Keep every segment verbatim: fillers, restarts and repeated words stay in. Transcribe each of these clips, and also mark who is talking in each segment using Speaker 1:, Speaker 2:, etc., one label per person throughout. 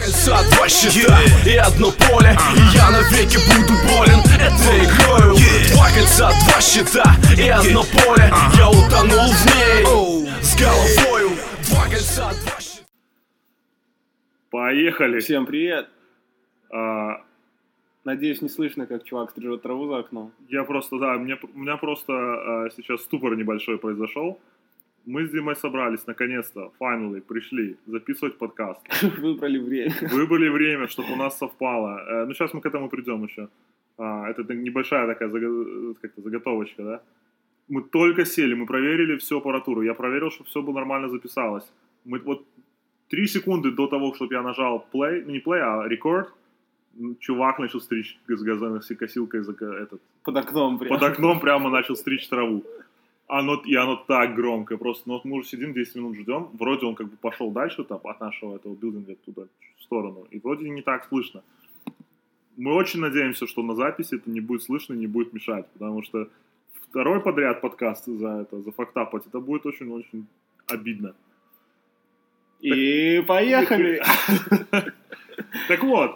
Speaker 1: кольца, два щита и одно поле, и я навеки буду болен этой игрою. Два кольца, два щита и одно поле, я утонул в ней с головою. Два кольца, два щита.
Speaker 2: Поехали!
Speaker 3: Всем привет!
Speaker 2: А,
Speaker 3: Надеюсь, не слышно, как чувак стрижет траву за окном.
Speaker 2: я просто, да, мне, у меня просто а, сейчас ступор небольшой произошел. Мы с Димой собрались, наконец-то, finally, пришли записывать подкаст.
Speaker 3: Выбрали время.
Speaker 2: Выбрали время, чтобы у нас совпало. Э, ну, сейчас мы к этому придем еще. А, это небольшая такая заго- как-то заготовочка, да? Мы только сели, мы проверили всю аппаратуру. Я проверил, чтобы все было нормально записалось. Мы вот три секунды до того, чтобы я нажал play, ну не play, а record, чувак начал стричь с газонокосилкой за этот,
Speaker 3: Под окном прямо.
Speaker 2: под окном прямо начал стричь траву. Оно, и оно так громко, просто, ну вот мы уже сидим десять минут ждем, вроде он как бы пошел дальше там, от нашего этого билдинга туда, в сторону, и вроде не так слышно. Мы очень надеемся, что на записи это не будет слышно, не будет мешать, потому что второй подряд подкаст за это, за фактапать, это будет очень-очень обидно.
Speaker 3: И поехали!
Speaker 2: Так вот,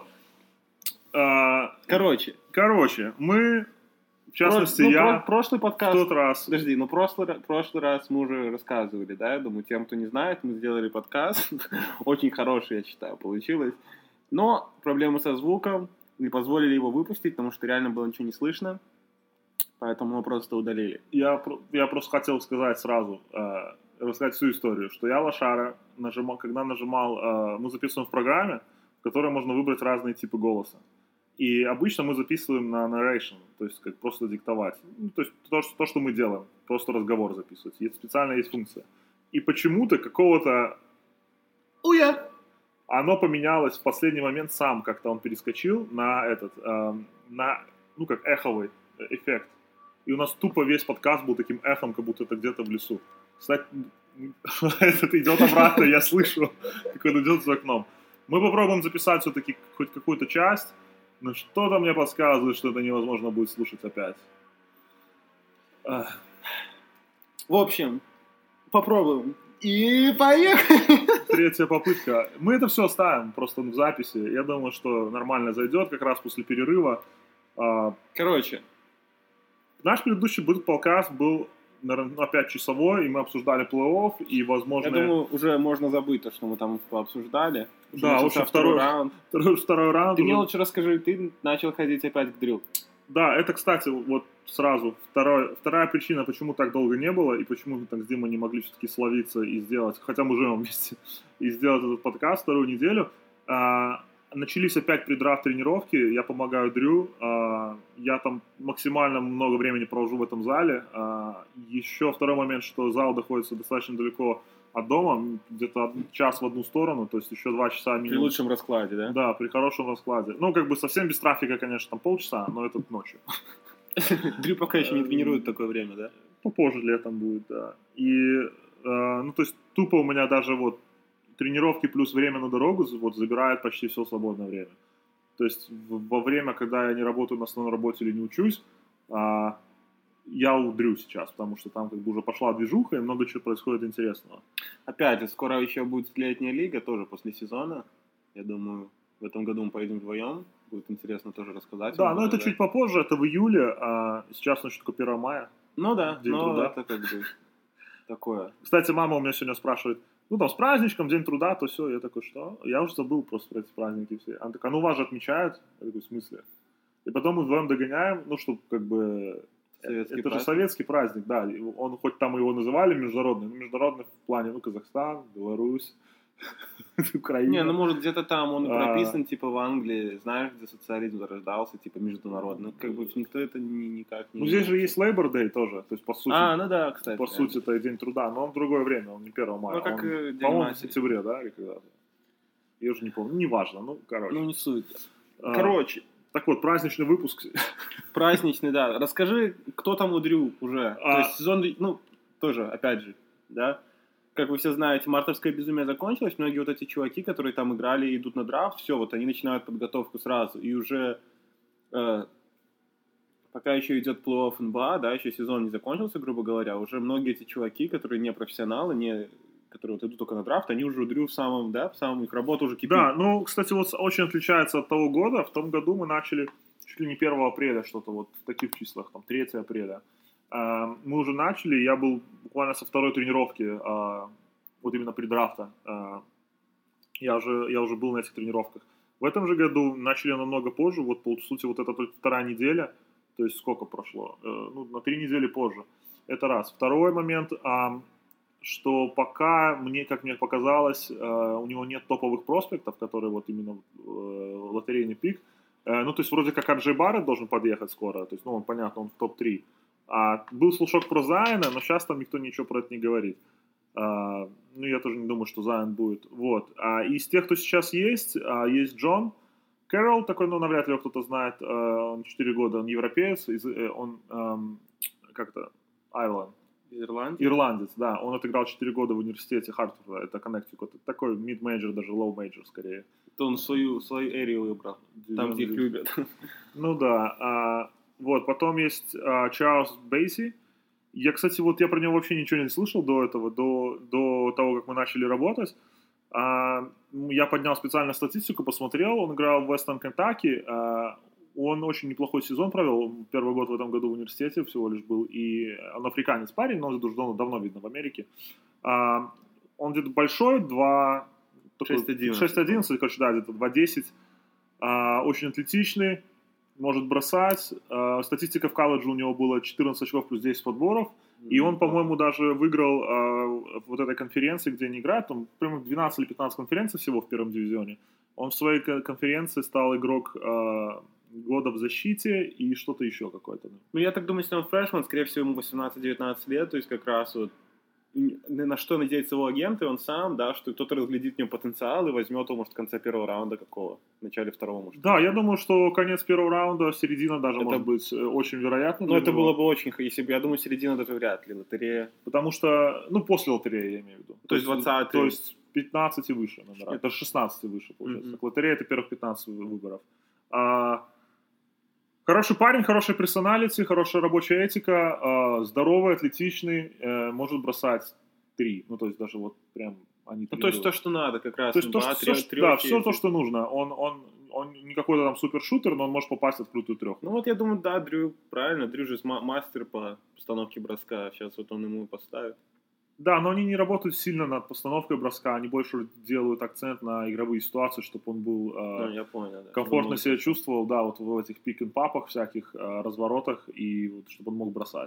Speaker 2: а,
Speaker 3: Короче,
Speaker 2: короче, мы, в частности,
Speaker 3: про- ну,
Speaker 2: я
Speaker 3: про- прошлый
Speaker 2: в
Speaker 3: подкаст...
Speaker 2: тот раз...
Speaker 3: Подожди, ну прошлый, ра- прошлый раз мы уже рассказывали, да, я думаю, тем, кто не знает, мы сделали подкаст, очень хороший, я считаю, получилось, но проблемы со звуком, не позволили его выпустить, потому что реально было ничего не слышно, поэтому мы просто удалили.
Speaker 2: Я, про- я просто хотел сказать сразу, э, рассказать всю историю, что я лошара, нажимал, когда нажимал, э, мы записываем в программе, в которой можно выбрать разные типы голоса. И обычно мы записываем на narration, то есть как просто диктовать. Ну, то есть то что, то, что мы делаем, просто разговор записывать. И специально есть функция. И почему-то какого-то...
Speaker 3: Уя!
Speaker 2: Оно поменялось в последний момент сам, как-то он перескочил на этот, э, на, ну как эховый эффект. И у нас тупо весь подкаст был таким эхом, как будто это где-то в лесу. Кстати, этот идет обратно, я слышу, как он идет за окном. Мы попробуем записать все-таки хоть какую-то часть, но что-то мне подсказывает, что это невозможно будет слушать опять. Ах.
Speaker 3: В общем, попробуем. И поехали!
Speaker 2: Третья попытка. Мы это все оставим просто в записи. Я думаю, что нормально зайдет как раз после перерыва. А,
Speaker 3: Короче,
Speaker 2: Наш предыдущий подкаст был, наверное, опять часовой, и мы обсуждали плей-офф, и, возможно...
Speaker 3: я думаю, уже можно забыть то, что мы там пообсуждали.
Speaker 2: Да,
Speaker 3: Начался
Speaker 2: лучше второй,
Speaker 3: раунд.
Speaker 2: второй, второй раунд.
Speaker 3: Ты
Speaker 2: уже.
Speaker 3: мне лучше расскажи, ты начал ходить опять к дрю.
Speaker 2: Да, это, кстати, вот сразу второй, вторая причина, почему так долго не было, и почему мы так с Димой не могли все-таки словиться и сделать, хотя мы живем вместе, и сделать этот подкаст вторую неделю. А, начались опять преддрафт тренировки, я помогаю Дрю, а, я там максимально много времени провожу в этом зале. А, еще второй момент, что зал находится достаточно далеко от дома, где-то час в одну сторону, то есть еще два часа минимум.
Speaker 3: При лучшем раскладе, да?
Speaker 2: Да, при хорошем раскладе. Ну, как бы совсем без трафика, конечно, там полчаса, но это ночью.
Speaker 3: Дрю пока еще не тренирует такое время, да?
Speaker 2: Попозже летом будет, да. И, э, ну, то есть, тупо у меня даже вот тренировки плюс время на дорогу вот забирает почти все свободное время. То есть, в- во время, когда я не работаю на основной работе или не учусь, а, я удрю сейчас, потому что там как бы уже пошла движуха, и много чего происходит интересного.
Speaker 3: Опять же, скоро еще будет летняя лига, тоже после сезона. Я думаю, в этом году мы поедем вдвоем. Будет интересно тоже рассказать.
Speaker 2: Да,
Speaker 3: вам,
Speaker 2: но это
Speaker 3: да.
Speaker 2: чуть попозже, это в июле, а сейчас, значит, только первого мая.
Speaker 3: Ну да,
Speaker 2: День
Speaker 3: но
Speaker 2: труда.
Speaker 3: это как бы такое.
Speaker 2: Кстати, мама у меня сегодня спрашивает, ну там с праздничком, день труда, то все. Я такой, что? Я уже забыл просто про эти праздники все. Она такая, ну вас же отмечают. Я такой, в смысле? И потом мы вдвоем догоняем, ну, чтобы как бы...
Speaker 3: Советский
Speaker 2: это
Speaker 3: праздник.
Speaker 2: же советский праздник, да. И он, хоть там его называли международный, но международный в плане, ну, Казахстан, Беларусь, Украина.
Speaker 3: Не, ну может где-то там он и
Speaker 2: А.
Speaker 3: прописан, типа в Англии, знаешь, где социализм зарождался, типа международный. Как бы никто это ни, никак не...
Speaker 2: Ну, здесь же есть Labor Day тоже, то есть, по сути,
Speaker 3: А, ну да, кстати.
Speaker 2: по
Speaker 3: да.
Speaker 2: сути, это и день труда, но он в другое время, он не первого мая.
Speaker 3: Ну, как
Speaker 2: он,
Speaker 3: и День
Speaker 2: по-моему, в
Speaker 3: матери.
Speaker 2: сентябре, да, или когда-то. Я уже не помню, неважно, ну, короче.
Speaker 3: Ну не суть.
Speaker 2: А,
Speaker 3: Короче,
Speaker 2: Так вот, праздничный выпуск.
Speaker 3: праздничный, да. Расскажи, кто там у Дрю уже.
Speaker 2: А.
Speaker 3: То есть сезон, ну, тоже, опять же, да. Как вы все знаете, мартовское безумие закончилось. Многие вот эти чуваки, которые там играли и идут на драфт, все, вот они начинают подготовку сразу. И уже э, пока еще идет плей-офф эн би эй, да, еще сезон не закончился, грубо говоря, уже многие эти чуваки, которые не профессионалы, не которые вот идут только на драфт, они уже у Дрю в самом, да, в самом их работа уже кипит.
Speaker 2: Да, ну, кстати, вот очень отличается от того года. В том году мы начали чуть ли не первого апреля, что-то вот в таких числах, там, третьего апреля. Uh, мы уже начали, я был буквально со второй тренировки, uh, вот именно при драфта. Uh, я, уже, я уже был на этих тренировках. В этом же году начали намного позже, вот по сути вот это только вторая неделя, то есть сколько прошло? Uh, ну, на три недели позже. Это раз. Второй момент, uh, что пока, мне, как мне показалось, uh, у него нет топовых проспектов, которые вот именно uh, лотерейный пик. Uh, ну, то есть вроде как Арджей Барретт должен подъехать скоро, то есть, ну, он, понятно, он в топ три. А, был слушок про Зайна, но сейчас там никто ничего про это не говорит. А, ну, я тоже не думаю, что Зайн будет. Вот. А из тех, кто сейчас есть, а, есть Джон Кэрролл, такой, ну, навряд ли его кто-то знает. А, он четыре года, он европеец, из, он, um, как-то, Айрланд.
Speaker 3: Ирландец?
Speaker 2: Ирландец, да. Он отыграл четыре года в университете Хартфорда, это Коннектикут. Такой mid-major, даже low-major скорее.
Speaker 3: Это он свою, свою эрию выбрал, там, где их любят.
Speaker 2: Ну да, а, вот, потом есть а, Чарльз Бейси. Я, кстати, вот я про него вообще ничего не слышал до этого, до, до того, как мы начали работать. А, я поднял специально статистику, посмотрел, он играл в Western Kentucky, а, он очень неплохой сезон провел, первый год в этом году в университете всего лишь был, и он африканец парень, но он уже давно видно в Америке. А, он где-то большой, два... шесть одиннадцать, короче, да, где-то два десять, а, очень атлетичный, может бросать, а, статистика в колледже у него была четырнадцать очков плюс десять подборов, mm-hmm. и он, по-моему, даже выиграл а, вот этой конференции, где они играют, там прямо двенадцать или пятнадцать конференций всего в первом дивизионе, он в своей конференции стал игрок а, года в защите и что-то еще какое-то.
Speaker 3: Ну, я так думаю, если он фрешман, скорее всего, ему восемнадцать-девятнадцать лет, то есть как раз вот на что надеется его агент, и он сам, да, что кто-то разглядит в нем потенциал и возьмет его, может, в конце первого раунда какого, в начале второго, может.
Speaker 2: Да, я думаю, что конец первого раунда, середина даже, это... может быть, очень вероятно.
Speaker 3: Ну, это него. Было бы очень, если бы, я думаю, середина даже вряд ли, лотерея.
Speaker 2: Потому что, ну, после лотереи, я имею в виду.
Speaker 3: То, то есть двадцатый.
Speaker 2: То есть пятнадцать и выше номера, это шестнадцать и выше, получается. Mm-hmm. Лотерея — это первых пятнадцать выборов. А... Хороший парень, хорошая персоналити, хорошая рабочая этика, э, здоровый, атлетичный, э, может бросать три. Ну, то есть даже вот прям они...
Speaker 3: Ну, то есть то, что надо как раз.
Speaker 2: То есть то, что, все, три, да, все то, что нужно. Он, он, он не какой-то там супершутер, но он может попасть в открытую треху.
Speaker 3: Ну, вот я думаю, да, Дрю, правильно. Дрю же мастер по постановке броска. Сейчас вот он ему поставит.
Speaker 2: Да, но они не работают сильно над постановкой броска, они больше делают акцент на игровые ситуации, чтобы он был э,
Speaker 3: ну, я понял, да.
Speaker 2: комфортно себя чувствовал, да, вот в этих пик-н-папах всяких, э, разворотах, и вот, чтобы он мог бросать.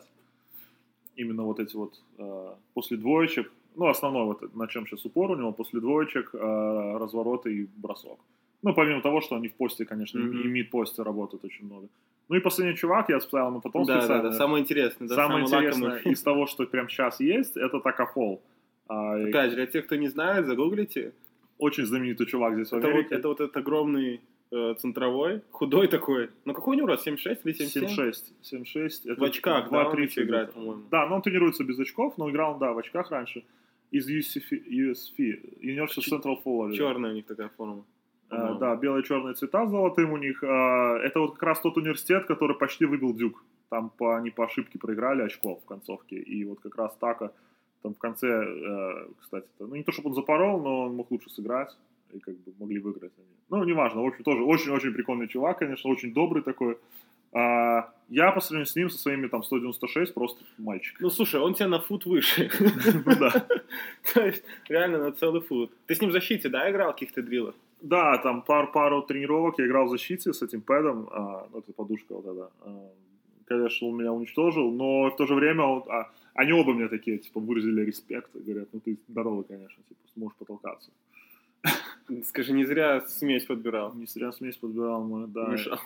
Speaker 2: Именно вот эти вот э, после двоечек, ну, основной вот на чем сейчас упор у него, после двоечек, э, развороты и бросок. Ну, помимо того, что они в посте, конечно, mm-hmm. и мид-посте работают очень много. Ну и последний чувак, я оставил на потом
Speaker 3: да,
Speaker 2: специально.
Speaker 3: Да, да, самое интересное. Да,
Speaker 2: самое интересное из того, что прямо сейчас есть, это Тако Фолл.
Speaker 3: Опять же, для тех, кто не знает, загуглите.
Speaker 2: Очень знаменитый чувак здесь в
Speaker 3: это
Speaker 2: Америке.
Speaker 3: Вот, это вот этот огромный э, центровой, худой такой. Ну какой у него рост? семь шесть или семь семь?
Speaker 2: семь шесть. семь шесть.
Speaker 3: В очках,
Speaker 2: два,
Speaker 3: да, он еще играет, по-моему.
Speaker 2: Да, но он тренируется без очков, но играл он, да, в очках раньше. Из ю эс эф, University of Central Florida.
Speaker 3: Черная у них такая форма.
Speaker 2: Uh, да, белые и черные цвета с золотым у них. Uh, это вот как раз тот университет, который почти выбил Дюк. Там по, они по ошибке проиграли очков в концовке. И вот как раз Тако там в конце, uh, кстати, ну не то, чтобы он запорол, но он мог лучше сыграть. И как бы могли выиграть они. Ну, неважно. В общем, тоже очень-очень прикольный чувак, конечно, очень добрый такой. Uh, я по сравнению с ним, со своими там сто девяносто шесть, просто мальчик.
Speaker 3: Ну, слушай, он тебя на фут выше.
Speaker 2: Ну, да.
Speaker 3: То есть, реально на целый фут. Ты с ним в защите, да, играл в каких-то дриллах?
Speaker 2: Да, там пар, пару тренировок я играл в защите с этим пэдом, а, ну, это подушка вот эта. А, конечно, он меня уничтожил, но в то же время он, а, они оба мне такие, типа, выразили респект, говорят, ну ты здоровый, конечно, типа, сможешь потолкаться.
Speaker 3: Скажи, не зря смесь подбирал.
Speaker 2: Не зря смесь подбирал, мы, да.
Speaker 3: Мешал.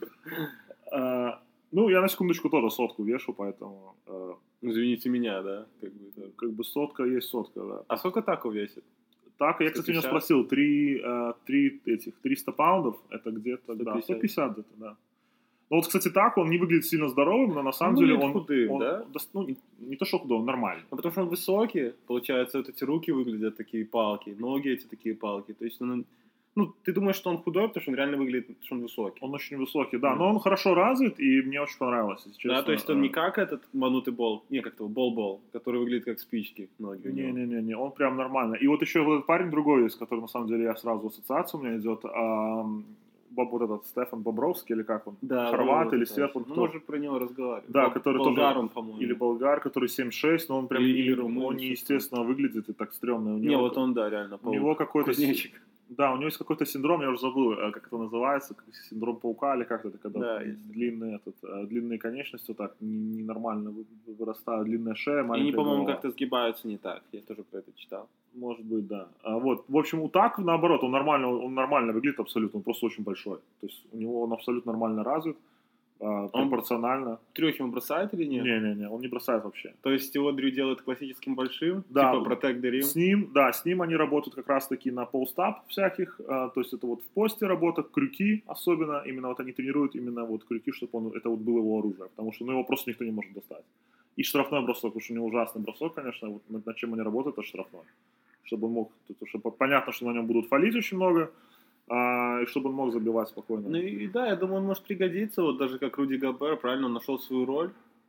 Speaker 2: А, ну, я на секундочку тоже сотку вешу, поэтому... А,
Speaker 3: извините меня, да? Как бы, да.
Speaker 2: Как бы сотка есть сотка, да.
Speaker 3: А сколько Тако весит?
Speaker 2: Так, я, кстати, у него спросил, три, три этих, триста паундов, это где-то,
Speaker 3: сто пятьдесят.
Speaker 2: Да, сто пятьдесят где-то, да. Ну вот, кстати, так, он не выглядит сильно здоровым, но на самом
Speaker 3: он
Speaker 2: деле он...
Speaker 3: худым,
Speaker 2: он,
Speaker 3: да?
Speaker 2: Ну, не, не то, что худой, он нормальный.
Speaker 3: Ну, потому что он высокий, получается, вот эти руки выглядят такие палки, ноги эти такие палки, то есть он... Ну, ты думаешь, что он худой, потому что он реально выглядит, что он высокий.
Speaker 2: Он очень высокий, да,
Speaker 3: Mm.
Speaker 2: но он хорошо развит, и мне очень понравилось, если честно.
Speaker 3: Да, то есть он не как этот манутый бол, не как-то бол-бол, который выглядит как спички ноги у него.
Speaker 2: Не-не-не, он прям нормально. И вот еще вот этот парень другой есть, который на самом деле я сразу ассоциация у меня идет, а, Боб, вот этот Стефан Бобровский, или как он?
Speaker 3: Да,
Speaker 2: Хорват
Speaker 3: вот
Speaker 2: или
Speaker 3: это.
Speaker 2: серб, он
Speaker 3: Ну,
Speaker 2: кто?
Speaker 3: мы же про него разговаривали.
Speaker 2: Да,
Speaker 3: Бол-
Speaker 2: который
Speaker 3: болгар
Speaker 2: тоже,
Speaker 3: он, по-моему.
Speaker 2: или болгар, который семь шесть, но он прям
Speaker 3: Или-
Speaker 2: не-
Speaker 3: или румын,
Speaker 2: он
Speaker 3: что-то.
Speaker 2: неестественно выглядит и так стрёмно. У
Speaker 3: Не,
Speaker 2: него,
Speaker 3: вот он, да, реально,
Speaker 2: у него какой-то...
Speaker 3: кузнечик.
Speaker 2: Да, у него есть какой-то синдром, я уже забыл, э, как это называется, как синдром паука или как это, когда
Speaker 3: Да, есть.
Speaker 2: длинные, этот, э, длинные конечности вот так не- ненормально вы- вырастают, длинная шея,
Speaker 3: И
Speaker 2: маленькая
Speaker 3: они, по-моему,
Speaker 2: голова.
Speaker 3: как-то сгибаются не так. Я тоже про это читал.
Speaker 2: Может быть, да. А вот, в общем, у так, наоборот, он нормально, он нормально выглядит абсолютно, он просто очень большой. То есть у него он абсолютно нормально развит, а, пропорционально.
Speaker 3: Трёх ему бросает или нет?
Speaker 2: Не-не-не, он не бросает вообще.
Speaker 3: То есть его Дрю делает классическим большим?
Speaker 2: Да.
Speaker 3: Типа Protect the Rim?
Speaker 2: С ним, да, с ним они работают как раз-таки на пост-ап всяких, а, то есть это вот в посте работа, крюки особенно, именно вот они тренируют именно вот крюки, чтобы он, это вот было его оружие, потому что ну, его просто никто не может достать. И штрафной бросок, потому что у него ужасный бросок, конечно, вот над, над чем они работают, это штрафной. Чтобы он мог, чтобы понятно, что на нем будут фалить очень много, а, и чтобы он мог забивать спокойно.
Speaker 3: Ну и да, я думаю, он может пригодиться, вот даже как Руди Гобер, правильно, он нашел свою роль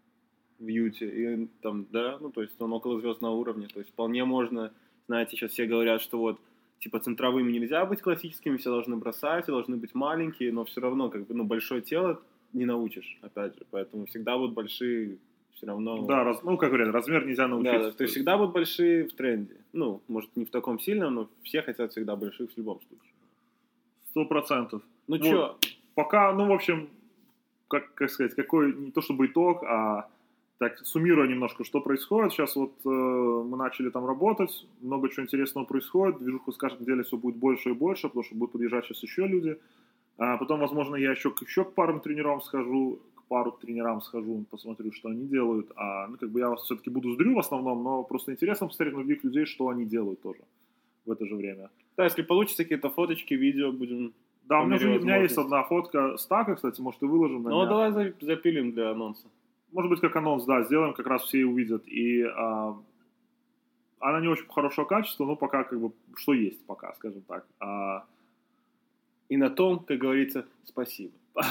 Speaker 3: в Юте, и там, да, ну то есть он около звездного уровня, то есть вполне можно, знаете, сейчас все говорят, что вот, типа, центровыми нельзя быть классическими, все должны бросать, все должны быть маленькие, но все равно, как бы, ну, большое тело не научишь, опять же, поэтому всегда будут большие, все равно...
Speaker 2: Да, раз, ну, как говорят, размер нельзя научиться.
Speaker 3: Да, да, то есть всегда будут большие в тренде. Ну, может, не в таком сильном, но все хотят всегда больших в любом случае.
Speaker 2: Сто процентов.
Speaker 3: Ну,
Speaker 2: Вот.
Speaker 3: чё?
Speaker 2: Пока, ну, в общем, как, как сказать, какой, не то чтобы итог, а так, суммируя немножко, что происходит. Сейчас вот э, мы начали там работать, много чего интересного происходит, движуха с каждой неделей все будет больше и больше, потому что будут подъезжать сейчас еще люди. А потом, возможно, я еще, еще к парам тренерам схожу, к пару тренерам схожу, посмотрю, что они делают. А, ну, как бы я все-таки буду с Дрю в основном, но просто интересно посмотреть на других людей, что они делают тоже в это же время.
Speaker 3: Да, если получится какие-то фоточки, видео, будем...
Speaker 2: Да, у меня,
Speaker 3: мере
Speaker 2: же, у меня есть
Speaker 3: возможности.
Speaker 2: одна фотка стака, кстати, может, и выложим на
Speaker 3: Ну,
Speaker 2: днях.
Speaker 3: давай за- запилим для анонса.
Speaker 2: Может быть, как анонс, да, сделаем, как раз все и увидят. И а, она не очень хорошего качества, но пока как бы, что есть пока, скажем так. А,
Speaker 3: И на том, как говорится, спасибо.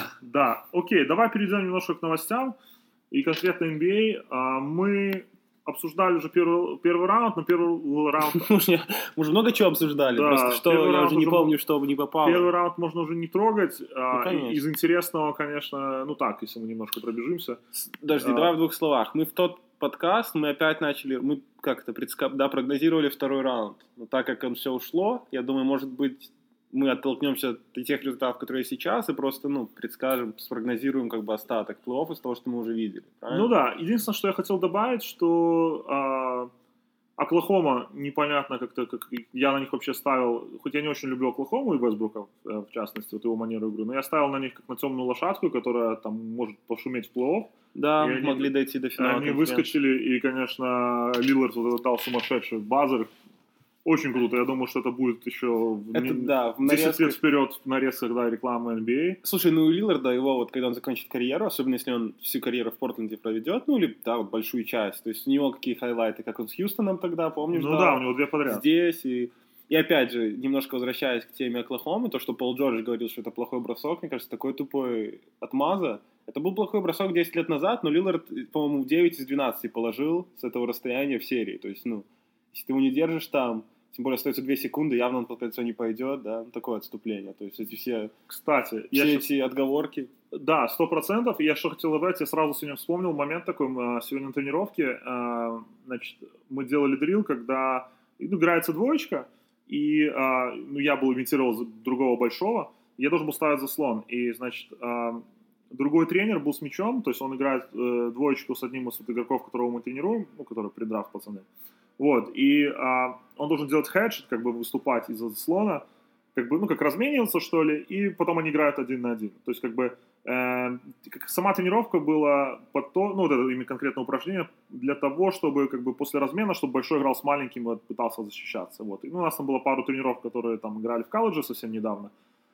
Speaker 2: да, окей, давай перейдем немножко к новостям. И конкретно эн би эй. А, мы обсуждали уже первый, первый раунд, но первый раунд...
Speaker 3: Мы уже мы уже много чего обсуждали,
Speaker 2: Да,
Speaker 3: просто что,
Speaker 2: первый
Speaker 3: я
Speaker 2: раунд
Speaker 3: уже не
Speaker 2: уже
Speaker 3: помню, что не попало.
Speaker 2: Первый раунд можно уже не трогать. А,
Speaker 3: Ну, конечно.
Speaker 2: и- из интересного, конечно, ну так, если мы немножко пробежимся.
Speaker 3: Подожди,
Speaker 2: А.
Speaker 3: давай в двух словах. Мы в тот подкаст, мы опять начали, мы как-то предска... да, прогнозировали второй раунд. Но так как он все ушло, я думаю, может быть, мы оттолкнемся от тех результатов, которые сейчас, и просто, ну, предскажем, спрогнозируем как бы остаток плей-офф из того, что мы уже видели. Правильно?
Speaker 2: Ну да, единственное, что я хотел добавить, что а, Оклахома, непонятно как-то, как я на них вообще ставил, хоть я не очень люблю Оклахому и Вестбрука, в частности, вот его манеру игры, но я ставил на них как на темную лошадку, которая там может пошуметь в плей-офф.
Speaker 3: Да,
Speaker 2: И они-
Speaker 3: могли дойти до финала.
Speaker 2: Они
Speaker 3: конференции.
Speaker 2: выскочили, и, конечно, Лиллард вот этот дал сумасшедший базер. Очень круто, я думаю, что это будет еще в
Speaker 3: Это,
Speaker 2: не-
Speaker 3: да, в
Speaker 2: десять
Speaker 3: нарезках.
Speaker 2: лет вперед в нарезках, да, рекламы эн би эй.
Speaker 3: Слушай, ну у Лилларда, его вот, когда он закончит карьеру, особенно если он всю карьеру в Портленде проведет, ну или, да, вот большую часть, то есть у него какие хайлайты, как он с Хьюстоном тогда, помнишь?
Speaker 2: Ну да, у него две подряд.
Speaker 3: Здесь и... И опять же, немножко возвращаясь к теме Оклахомы, то, что Пол Джордж говорил, что это плохой бросок, мне кажется, такой тупой отмаза. Это был плохой бросок десять лет назад, но Лиллард, по-моему, девять из двенадцати положил с этого расстояния в серии. То есть, ну, если ты его не держишь там, тем более остается две секунды, явно он по кольцу не пойдет, да, ну, такое отступление. То есть эти все,
Speaker 2: Кстати,
Speaker 3: все
Speaker 2: я щас-
Speaker 3: эти отговорки.
Speaker 2: Да, сто процентов. Я что хотел добавить, я сразу сегодня вспомнил момент такой, а, сегодня на тренировке, а, значит, мы делали дрил, когда ну, играется двоечка, и а, ну, я был имитировал за другого большого, я должен был ставить заслон, и, значит, а, другой тренер был с мячом, то есть он играет э, двоечку с одним из вот игроков, которого мы тренируем, ну, который придрафт, пацаны. Вот, и а, он должен делать хедж, как бы выступать из-за заслона, как бы, ну, как размениваться, что ли, и потом они играют один на один. То есть, как бы, э, как сама тренировка была под то, ну, вот это именно конкретное упражнение для того, чтобы, как бы, после размена, чтобы большой играл с маленьким и пытался защищаться, вот. И, ну, у нас там было пару тренеров, которые там играли в колледже совсем недавно,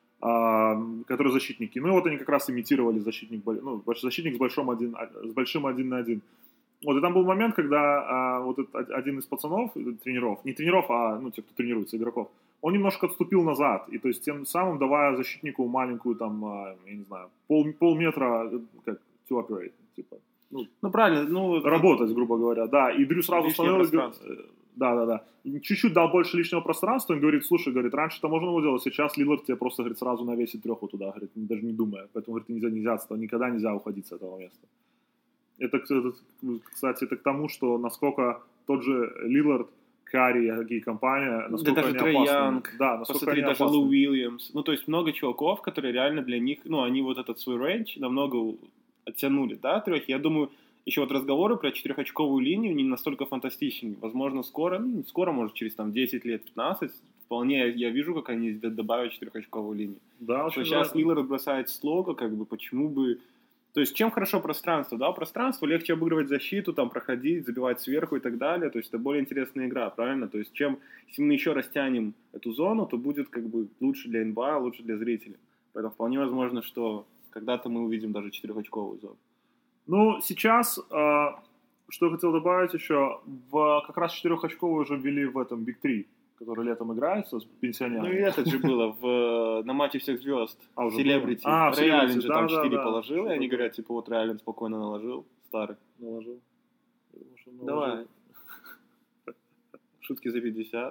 Speaker 2: а, которые защитники. Ну, и вот они как раз имитировали защитник, ну, защитник с большим один, с большим один на один. Вот, и там был момент, когда а, вот этот один из пацанов, тренеров, не тренеров, а, ну, те, кто тренируется, игроков, он немножко отступил назад, и то есть тем самым давая защитнику маленькую там, я не знаю, пол, полметра, как to operate, типа.
Speaker 3: Ну, ну правильно, ну...
Speaker 2: Работать, грубо говоря, да. И Дрю сразу становилось... Да, да, да. Чуть-чуть дал больше лишнего пространства, он говорит, слушай, говорит, раньше это можно было делать, сейчас Лилард тебе просто, говорит, сразу навесит треху туда, говорит, даже не думая. Поэтому, говорит, нельзя, нельзя, никогда нельзя уходить с этого места. Это, кстати, это к тому, что насколько тот же Лилард, Карри и компания, насколько
Speaker 3: да,
Speaker 2: они
Speaker 3: даже
Speaker 2: опасны.
Speaker 3: Янг,
Speaker 2: да, насколько
Speaker 3: посмотри,
Speaker 2: они
Speaker 3: даже
Speaker 2: опасны.
Speaker 3: Лу Уильямс. Ну, то есть много чуваков, которые реально для них, ну, они вот этот свой рейндж намного оттянули, да, трех. Я думаю, еще вот разговоры про четырехочковую линию не настолько фантастичны. Возможно, скоро, ну, не скоро, может, через там десять лет, пятнадцать, вполне я вижу, как они добавят четырехочковую линию.
Speaker 2: Да,
Speaker 3: что сейчас Лилард бросает слога, как бы, почему бы... То есть, чем хорошо пространство, да, пространство легче обыгрывать защиту, там, проходить, забивать сверху и так далее, то есть, это более интересная игра, правильно? То есть, чем, если мы еще растянем эту зону, то будет, как бы, лучше для эн би эй, лучше для зрителей. Поэтому вполне возможно, что когда-то мы увидим даже четырехочковую зону.
Speaker 2: Ну, сейчас, э, что я хотел добавить еще, в, как раз четырехочковую уже ввели в этом Big три, который летом играется с пенсионерами.
Speaker 3: Ну, и это же было в, на матче всех звезд,
Speaker 2: а, уже
Speaker 3: Селебрити.
Speaker 2: А,
Speaker 3: Рэй Аллен же
Speaker 2: да,
Speaker 3: там
Speaker 2: да,
Speaker 3: четыре
Speaker 2: да,
Speaker 3: положил,
Speaker 2: да.
Speaker 3: и они говорят, типа, вот Рэй Аллен спокойно наложил, старый.
Speaker 2: Наложил. наложил.
Speaker 3: Давай. Шутки за пятьдесят.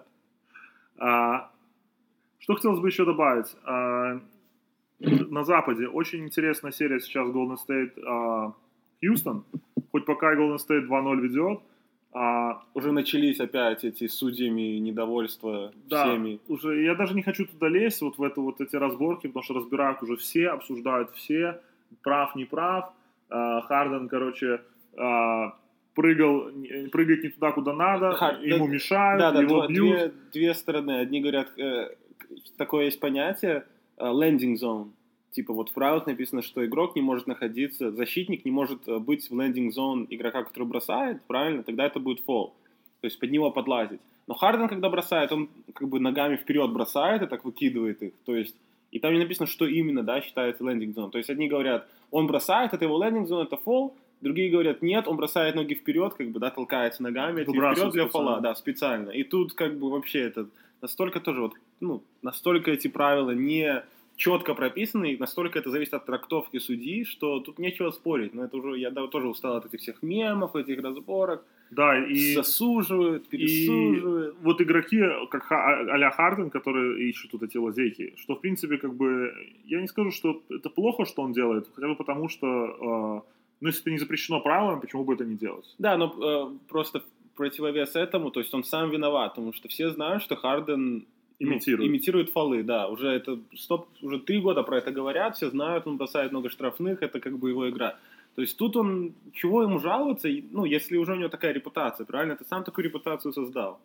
Speaker 2: А, что хотелось бы еще добавить? А, на Западе очень интересная серия сейчас Golden State а, Хьюстон. Хоть пока Golden State два ноль ведет. А,
Speaker 3: уже начались опять эти судьями недовольства
Speaker 2: да,
Speaker 3: всеми.
Speaker 2: Уже, я даже не хочу туда лезть, вот в эту, вот эти разборки, потому что разбирают уже все, обсуждают все, прав, не прав. А, Харден, короче, а, прыгал, прыгает не туда, куда надо, Хар... ему да, мешают,
Speaker 3: да, да,
Speaker 2: его
Speaker 3: два,
Speaker 2: бьют.
Speaker 3: Две, две стороны. Одни говорят, э, такое есть понятие э, landing zone. Типа вот в правилах написано, что игрок не может находиться, защитник не может быть в лендинг зон игрока, который бросает, правильно? Тогда это будет фол. То есть под него подлазить. Но Харден, когда бросает, он как бы ногами вперед бросает и так выкидывает их. То есть, и там не написано, что именно, да, считается лендинг зон. То есть одни говорят, он бросает, это его лендинг зон, это фол. Другие говорят, нет, он бросает ноги вперед, как бы, да, толкается ногами, это вперед для фола, да, специально. И тут как бы вообще это настолько тоже вот, ну, настолько эти правила не... четко прописаны, и настолько это зависит от трактовки судьи, что тут нечего спорить. Но это уже, я да, тоже устал от этих всех мемов, этих разборок.
Speaker 2: Да, и...
Speaker 3: Засуживают, пересуживают.
Speaker 2: И вот игроки, как а-ля Харден, которые ищут вот эти лазейки, что, в принципе, как бы... Я не скажу, что это плохо, что он делает, хотя бы потому, что... Э, ну, если это не запрещено правилами, почему бы это не делать?
Speaker 3: Да, но э, просто в противовес этому, то есть он сам виноват, потому что все знают, что Харден...
Speaker 2: Имитирует.
Speaker 3: Ну, имитирует фолы, да. Уже это стоп, уже три года про это говорят, все знают, он бросает много штрафных, это как бы его игра. То есть тут он, чего ему жаловаться, ну, если уже у него такая репутация, правильно? Ты сам такую репутацию создал.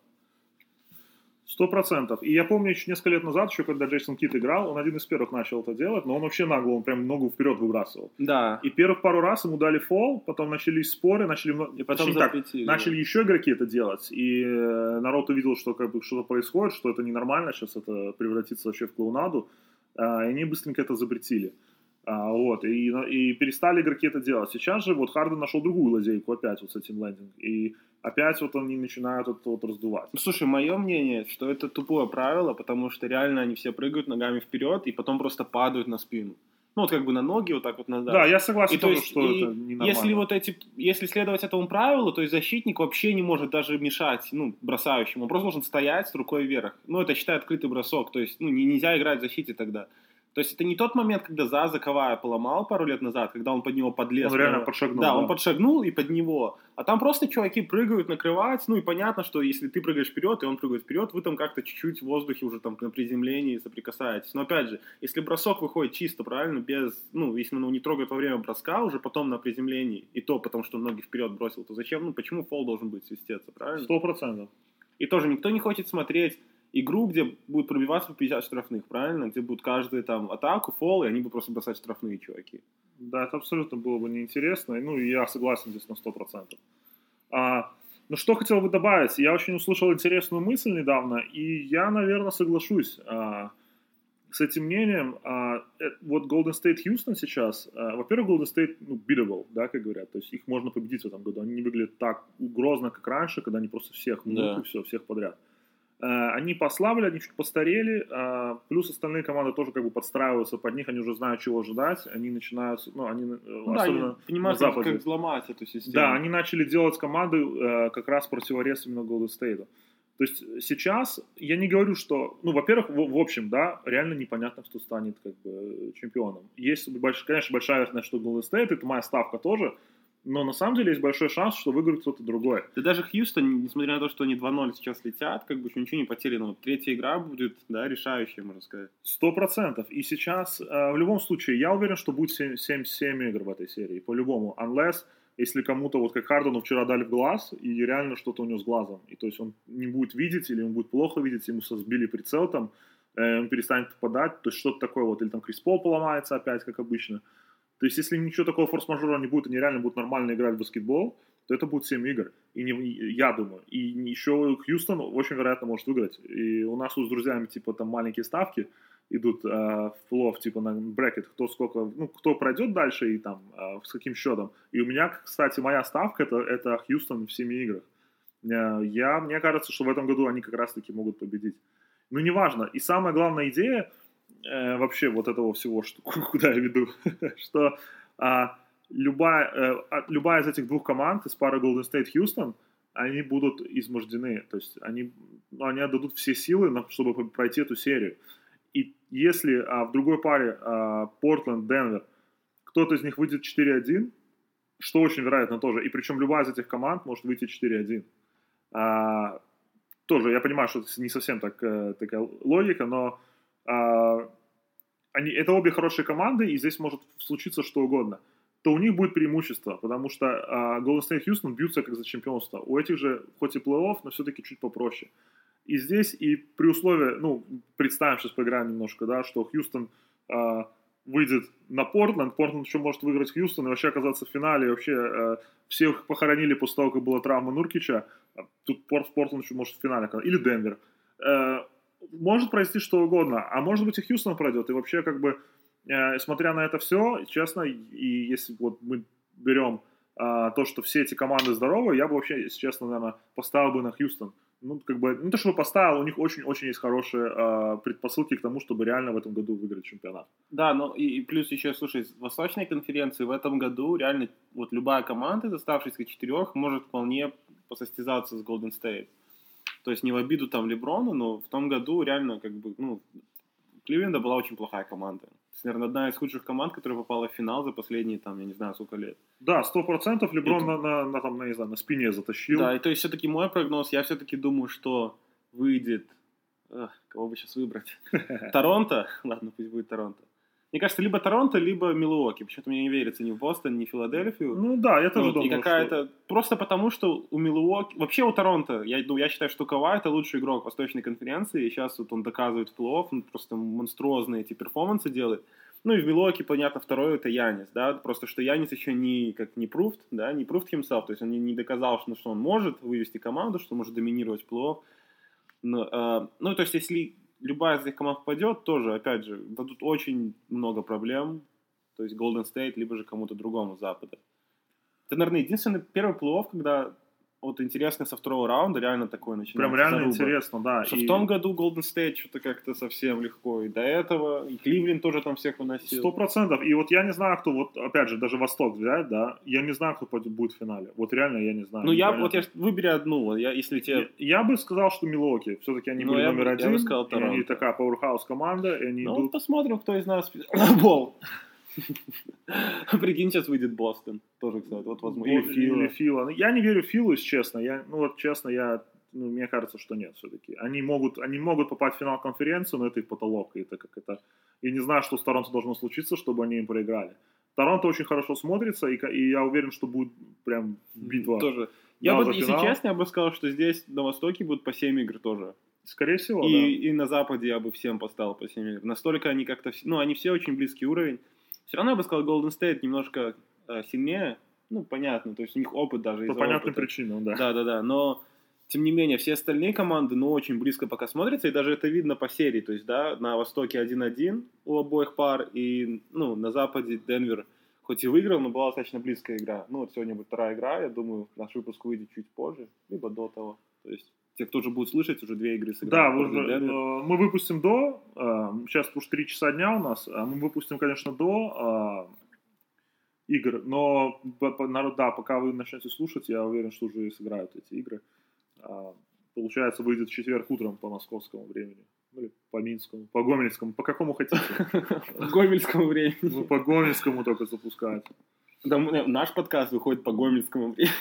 Speaker 2: Сто процентов. И я помню еще несколько лет назад, еще когда Джейсон Кит играл, он один из первых начал это делать, но он вообще нагло, он прям ногу вперед выбрасывал.
Speaker 3: Да.
Speaker 2: И первых пару раз ему дали фол, потом начались споры, начали,
Speaker 3: и потом
Speaker 2: так,
Speaker 3: запретили,
Speaker 2: начали
Speaker 3: да.
Speaker 2: еще игроки это делать. И народ увидел, что как бы что-то происходит, что это ненормально, сейчас это превратится вообще в клоунаду. И они быстренько это запретили. А, вот, и, и перестали игроки это делать. Сейчас же вот Харден нашел другую лазейку опять вот с этим лендинг. И опять вот они начинают это вот раздувать.
Speaker 3: Слушай, мое мнение, что это тупое правило, потому что реально они все прыгают ногами вперед и потом просто падают на спину. Ну, вот как бы на ноги, вот так вот назад.
Speaker 2: Да, я согласен,
Speaker 3: и,
Speaker 2: тоже,
Speaker 3: то есть,
Speaker 2: что
Speaker 3: и
Speaker 2: это ненормально.
Speaker 3: Если вот эти, если следовать этому правилу, то есть защитник вообще не может даже мешать, ну, бросающему. Он просто должен стоять с рукой вверх. Ну, это считай открытый бросок. То есть, ну, не, нельзя играть в защите тогда. То есть это не тот момент, когда Заза Кавая поломал пару лет назад, когда он под него подлез.
Speaker 2: Он реально подшагнул.
Speaker 3: Да,
Speaker 2: да,
Speaker 3: он подшагнул и под него. А там просто чуваки прыгают, накрывать. Ну и понятно, что если ты прыгаешь вперед, и он прыгает вперед, вы там как-то чуть-чуть в воздухе уже там на приземлении соприкасаетесь. Но опять же, если бросок выходит чисто, правильно, без, ну, если он не трогает во время броска, уже потом на приземлении, и то потому, что ноги вперед бросил, то зачем, ну, почему фол должен быть свистеться, правильно?
Speaker 2: Сто процентов.
Speaker 3: И тоже никто не хочет смотреть игру, где будет пробиваться по пятьдесят штрафных, правильно? Где будут каждую там атаку, фол, и они будут просто бросать штрафные чуваки.
Speaker 2: Да, это абсолютно было бы неинтересно. Ну, и я согласен здесь на сто процентов. А, ну, что хотел бы добавить? Я очень услышал интересную мысль недавно, и я, наверное, соглашусь а, с этим мнением. А, вот Golden State Houston сейчас, а, во-первых, Golden State, ну, beatable, да, как говорят. То есть их можно победить в этом году. Они не выглядят так грозно, как раньше, когда они просто всех мут,
Speaker 3: да.
Speaker 2: и все, всех подряд. Они послабли, они чуть постарели, плюс остальные команды тоже как бы подстраиваются под них, они уже знают, чего ожидать, они начинают, ну, они,
Speaker 3: ну,
Speaker 2: особенно
Speaker 3: да, понимают,
Speaker 2: на Западе.
Speaker 3: как взломать эту систему.
Speaker 2: Да, они начали делать команды как раз противорез именно Golden State. То есть сейчас я не говорю, что, ну, во-первых, в, в общем, да, реально непонятно, кто станет как бы чемпионом. Есть, больш, конечно, большая вероятность, что Golden State, это моя ставка тоже, но на самом деле есть большой шанс, что выиграет кто-то другой.
Speaker 3: Да даже Хьюстон, несмотря на то, что они два ноль сейчас летят, как бы еще ничего не потеряно. Вот третья игра будет, да, решающая, можно сказать.
Speaker 2: Сто процентов. И сейчас, в любом случае, я уверен, что будет семь-семь игр в этой серии, по-любому. Unless, если кому-то, вот как Хардену вчера дали в глаз, и реально что-то у него с глазом. И то есть он не будет видеть, или он будет плохо видеть, ему сбили прицел там, он перестанет попадать, то есть что-то такое вот, или там Крис Пол поломается опять, как обычно. То есть, если ничего такого форс-мажора не будет, они реально будут нормально играть в баскетбол, то это будет семь игр. И не, я думаю. И еще Хьюстон очень вероятно может выиграть. И у нас тут с друзьями, типа, там маленькие ставки идут э, в плей-офф, типа, на брекет, кто сколько, ну, кто пройдет дальше и там, э, с каким счетом. И у меня, кстати, моя ставка, это, это Хьюстон в семи играх. Э, я, мне кажется, что в этом году они как раз-таки могут победить. Ну, неважно. И самая главная идея, Э, вообще вот этого всего, что, куда я веду, что а, любая, э, любая из этих двух команд, из пары Golden State Houston, они будут измождены, то есть они, ну, они отдадут все силы, на, чтобы пройти эту серию. И если а, в другой паре а, Portland, Denver, кто-то из них выйдет четыре один, что очень вероятно тоже, и причем любая из этих команд может выйти четыре один. А, тоже я понимаю, что это не совсем так, такая логика, но Uh, они, это обе хорошие команды, и здесь может случиться что угодно, то у них будет преимущество, потому что uh, Golden State Houston бьются как за чемпионство. У этих же, хоть и плей-офф, но все-таки чуть попроще. И здесь, и при условии, ну, представим, сейчас поиграем немножко, да, что Хьюстон uh, выйдет на Портленд, Портленд еще может выиграть Хьюстон и вообще оказаться в финале, и вообще uh, все их похоронили после того, как была травма Нуркича, тут Портленд еще может в финале, или Денвер. Uh, Может произойти что угодно, а может быть и Хьюстон пройдет. И вообще, как бы, э, смотря на это все, честно, и если вот мы берем э, то, что все эти команды здоровы, я бы вообще, если честно, наверное, поставил бы на Хьюстон. Ну, как бы, не то, чтобы поставил, у них очень-очень есть хорошие э, предпосылки к тому, чтобы реально в этом году выиграть чемпионат.
Speaker 3: Да, ну и, и плюс еще, слушай, в Восточной конференции в этом году реально вот любая команда из оставшихся четырех может вполне посостязаться с Golden State. То есть не в обиду там Леброну, но в том году реально как бы, ну, Кливленда была очень плохая команда. То есть, наверное, одна из худших команд, которая попала в финал за последние, там, я не знаю, сколько лет.
Speaker 2: Да, сто процентов Леброн
Speaker 3: это...
Speaker 2: на, на, на, там, на, не знаю, на спине затащил.
Speaker 3: Да, и то есть все-таки мой прогноз, я все-таки думаю, что выйдет... Эх, кого бы сейчас выбрать? Торонто? Ладно, пусть будет Торонто. Мне кажется, либо Торонто, либо Милуоки. Почему-то мне не верится ни в Бостон, ни в Филадельфию.
Speaker 2: Ну да, я тоже
Speaker 3: вот,
Speaker 2: думаю,
Speaker 3: и какая-то...
Speaker 2: что...
Speaker 3: Просто потому, что у Милуоки... Вообще у Торонто, я, ну, я считаю, что Кавай это лучший игрок Восточной конференции, и сейчас вот он доказывает в плей-офф, он просто монструозные эти перформансы делает. Ну и в Милуоки, понятно, второй это Янис, да, просто что Янис еще не, как, не proved, да, не proved himself, то есть он не, не доказал, что, что он может вывести команду, что может доминировать в плей-офф. Но, э, ну, то есть если... Любая из этих команд попадет, тоже, опять же, дадут очень много проблем. То есть Golden State, либо же кому-то другому с Запада. Это, наверное, единственный первый плей-офф, когда вот интересно со второго раунда реально такое начинается.
Speaker 2: Прям реально
Speaker 3: заруба.
Speaker 2: интересно, да.
Speaker 3: Что
Speaker 2: и...
Speaker 3: в том году Golden State что-то как-то совсем легко. И до этого, и Кливленд тоже там всех выносил.
Speaker 2: Сто процентов. И вот я не знаю, кто, вот опять же, даже Восток взять, да, я не знаю, кто будет в финале. Вот реально я не знаю.
Speaker 3: Ну, я, вот я, выбери одну, я, если тебе...
Speaker 2: Я, я бы сказал, что Милуоки. Все-таки они
Speaker 3: ну,
Speaker 2: были
Speaker 3: я,
Speaker 2: номер
Speaker 3: я
Speaker 2: один.
Speaker 3: бы сказал Торонто.
Speaker 2: Они такая пауэрхаус команда, и они
Speaker 3: ну,
Speaker 2: идут...
Speaker 3: вот посмотрим, кто из нас... Бол! Прикинь, сейчас выйдет Бостон. Тоже, кстати, вот возможно.
Speaker 2: Или Фила. Или Фила. Я не верю Филу, если честно. Я, ну вот честно, я, ну, мне кажется, что нет все-таки. Они могут, они могут попасть в финал конференции, но это их потолок. И это как это... Я не знаю, что с Торонто должно случиться, чтобы они им проиграли. Торонто очень хорошо смотрится, и, и я уверен, что будет прям битва.
Speaker 3: Тоже. Я бы, если честно, я бы сказал, что здесь на Востоке будут по семь игр тоже.
Speaker 2: Скорее всего,
Speaker 3: и,
Speaker 2: да.
Speaker 3: И на Западе я бы всем поставил по семь игр. Настолько они как-то... Ну, они все очень близкий уровень. Все равно я бы сказал, Golden State немножко э, сильнее. Ну, понятно, то есть у них опыт даже
Speaker 2: по
Speaker 3: из-за
Speaker 2: понятным
Speaker 3: опыта.
Speaker 2: причинам, да.
Speaker 3: Да-да-да, но... Тем не менее, все остальные команды, ну, очень близко пока смотрятся, и даже это видно по серии. То есть, да, на Востоке один-один у обоих пар, и, ну, на Западе Денвер хоть и выиграл, но была достаточно близкая игра. Ну, вот сегодня будет вторая игра, я думаю, наш выпуск выйдет чуть позже, либо до того. То есть, те, кто уже будет слышать, уже две игры сыграли.
Speaker 2: Да, уже, э, мы выпустим до, э, сейчас уж три часа дня у нас, а мы выпустим, конечно, до э, игр, но да, пока вы начнете слушать, я уверен, что уже сыграют эти игры. Э, получается, выйдет в четверг утром по московскому времени. Ну, по Минскому, по Гомельскому, по какому хотите.
Speaker 3: По Гомельскому времени.
Speaker 2: Ну, по Гомельскому только запускают.
Speaker 3: Да, наш подкаст выходит по Гомельскому времени.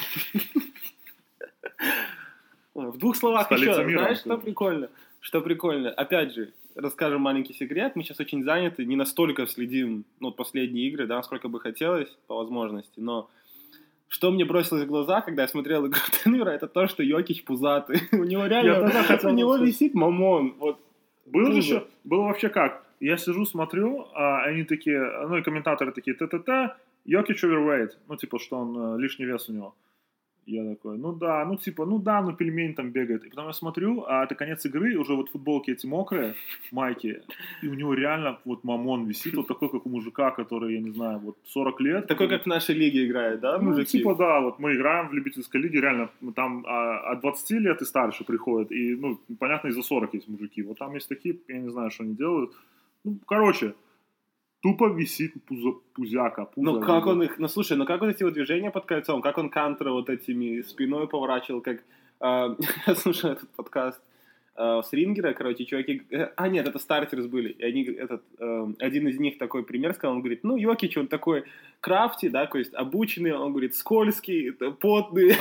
Speaker 3: В двух словах
Speaker 2: Столица
Speaker 3: еще,
Speaker 2: мира,
Speaker 3: знаешь, что прикольно? Что прикольно? Опять же, расскажем маленький секрет. Мы сейчас очень заняты, не настолько следим, ну, последние игры, да, насколько бы хотелось, по возможности, но что мне бросилось в глаза, когда я смотрел игру Денвера, это то, что Йокич пузатый. У него реально, у него висит мамон. Вот.
Speaker 2: Было же еще, было вообще как? Я сижу, смотрю, а они такие, ну и комментаторы такие, та-та-та, Йокич овервейт, ну типа, что он, э, лишний вес у него. Я такой, ну да, ну типа, ну да, ну пельмень там бегает. И потом я смотрю, а это конец игры, уже вот футболки эти мокрые, майки, и у него реально вот мамон висит, вот такой, как у мужика, который, я не знаю, вот сорок лет.
Speaker 3: Такой, как в нашей лиге играет, да,
Speaker 2: ну,
Speaker 3: мужики?
Speaker 2: Типа, да, вот мы играем в любительской лиге, реально, там а, от двадцати лет и старше приходят, и, ну, понятно, и за сорок есть мужики. Вот там есть такие, я не знаю, что они делают. Ну, короче, тупо висит пузо, пузяка. Пузо,
Speaker 3: ну, как он их... Ну, слушай, ну, как вот эти вот движения под кольцом, как он кантера вот этими спиной поворачивал, как... Э, я слушал этот подкаст э, с Рингера, короче, чуваки... А, нет, это стартерс были. И они, этот, э, один из них такой пример сказал, он говорит, ну, Йокич, он такой крафти, да, то есть обученный, он говорит, скользкий, потный,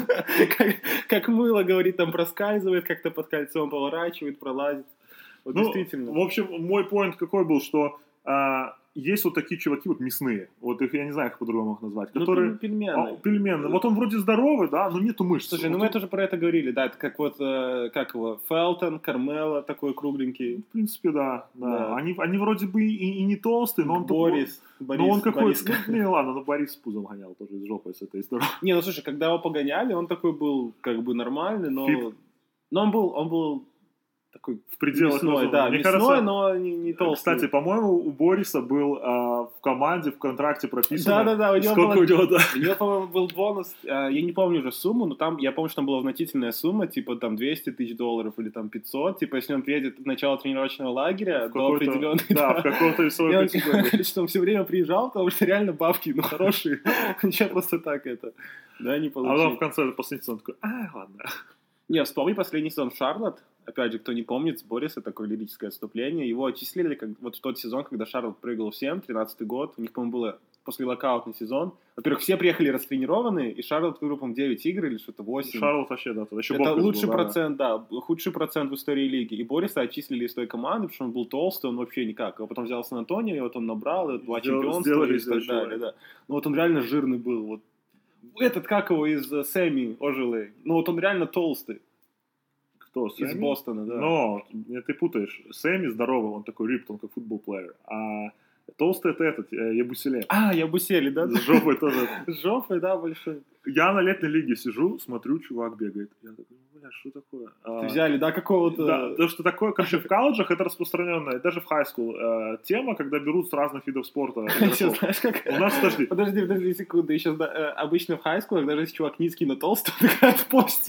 Speaker 3: как мыло, говорит, там проскальзывает, как-то под кольцом поворачивает, пролазит. Вот
Speaker 2: ну,
Speaker 3: действительно.
Speaker 2: В общем, мой поинт какой был, что а, есть вот такие чуваки вот мясные, вот их, я не знаю, как по-другому их назвать, которые...
Speaker 3: Ну, пельменные.
Speaker 2: А, пельменные. Вот он вроде здоровый, да, но нету мышц.
Speaker 3: Слушай, ну
Speaker 2: вот
Speaker 3: мы
Speaker 2: он...
Speaker 3: тоже про это говорили, да, это как вот, э, как его, Фелтон, Кармело, такой кругленький.
Speaker 2: В принципе, да, да.
Speaker 3: да.
Speaker 2: Они, они вроде бы и, и не толстые, но он...
Speaker 3: Борис,
Speaker 2: такой...
Speaker 3: Борис,
Speaker 2: но он какой...
Speaker 3: Борис.
Speaker 2: Ну, не, ладно, но Борис с пузом гонял тоже из жопы с этой истории.
Speaker 3: Не, ну слушай, когда его погоняли, он такой был как бы нормальный, но...
Speaker 2: Фип.
Speaker 3: Но он был, он был такой
Speaker 2: в пределах
Speaker 3: мясной, да,
Speaker 2: Мне
Speaker 3: мясной,
Speaker 2: кажется,
Speaker 3: но не, не толстый.
Speaker 2: Кстати, по-моему, у Бориса был а, в команде, в контракте прописано.
Speaker 3: Да-да-да, у него,
Speaker 2: сколько
Speaker 3: было,
Speaker 2: у него, да.
Speaker 3: у него, по-моему, был бонус, а, я не помню уже сумму, но там, я помню, что там была значительная сумма, типа там двести тысяч долларов или там пятьсот, типа если он приедет в начало тренировочного лагеря до определенной...
Speaker 2: Да, да, в каком-то весовой категории.
Speaker 3: Что он все время приезжал, потому что реально бабки, ну, хорошие. Ничего просто так это, да, не получилось.
Speaker 2: А потом в конце последний сезон такой, а, ладно.
Speaker 3: Не, вспомни последний сезон Шарлотт. Опять же, кто не помнит, с Бориса такое лирическое отступление. Его отчислили как, вот в тот сезон, когда Шарлотт прыгал всем, тринадцатый год. У них, по-моему, было после локаутный сезон. Во-первых, все приехали растренированные, и Шарлотт выиграл, по-моему, девять игр или что-то восемь.
Speaker 2: Шарлотт вообще, да. Еще
Speaker 3: это лучший был, процент, да. да, худший процент в истории лиги. И Бориса отчислили из той команды, потому что он был толстый, он вообще никак. Его потом взял Сан-Антонио, и вот он набрал, и два
Speaker 2: Сделали,
Speaker 3: чемпионства и так
Speaker 2: сделали,
Speaker 3: далее. Да. Но вот он реально жирный был. Вот. Этот, как его, из Сэмми Ожилей. Ну вот он реально толстый.
Speaker 2: Кто,
Speaker 3: из Бостона, да.
Speaker 2: Но ты путаешь. Сэмми здоровый, он такой рипт, он как футбол-плеер. А толстый это этот, Ябуселе.
Speaker 3: А, Ябусели, да?
Speaker 2: С жопой тоже.
Speaker 3: С жопой, да, большой.
Speaker 2: Я на летней лиге сижу, смотрю, чувак бегает. Я такой, ну, бля, что такое?
Speaker 3: Ты взяли, да, какого-то...
Speaker 2: Да, то, что такое, короче, в колледжах это распространенная, даже в хайскул, э, тема, когда берут с разных видов спорта.
Speaker 3: Еще знаешь, как...
Speaker 2: У нас, подожди.
Speaker 3: Подожди, подожди секунду. Еще да, обычно в хайскулах, даже если чувак низкий, но толстый, он играет в посте.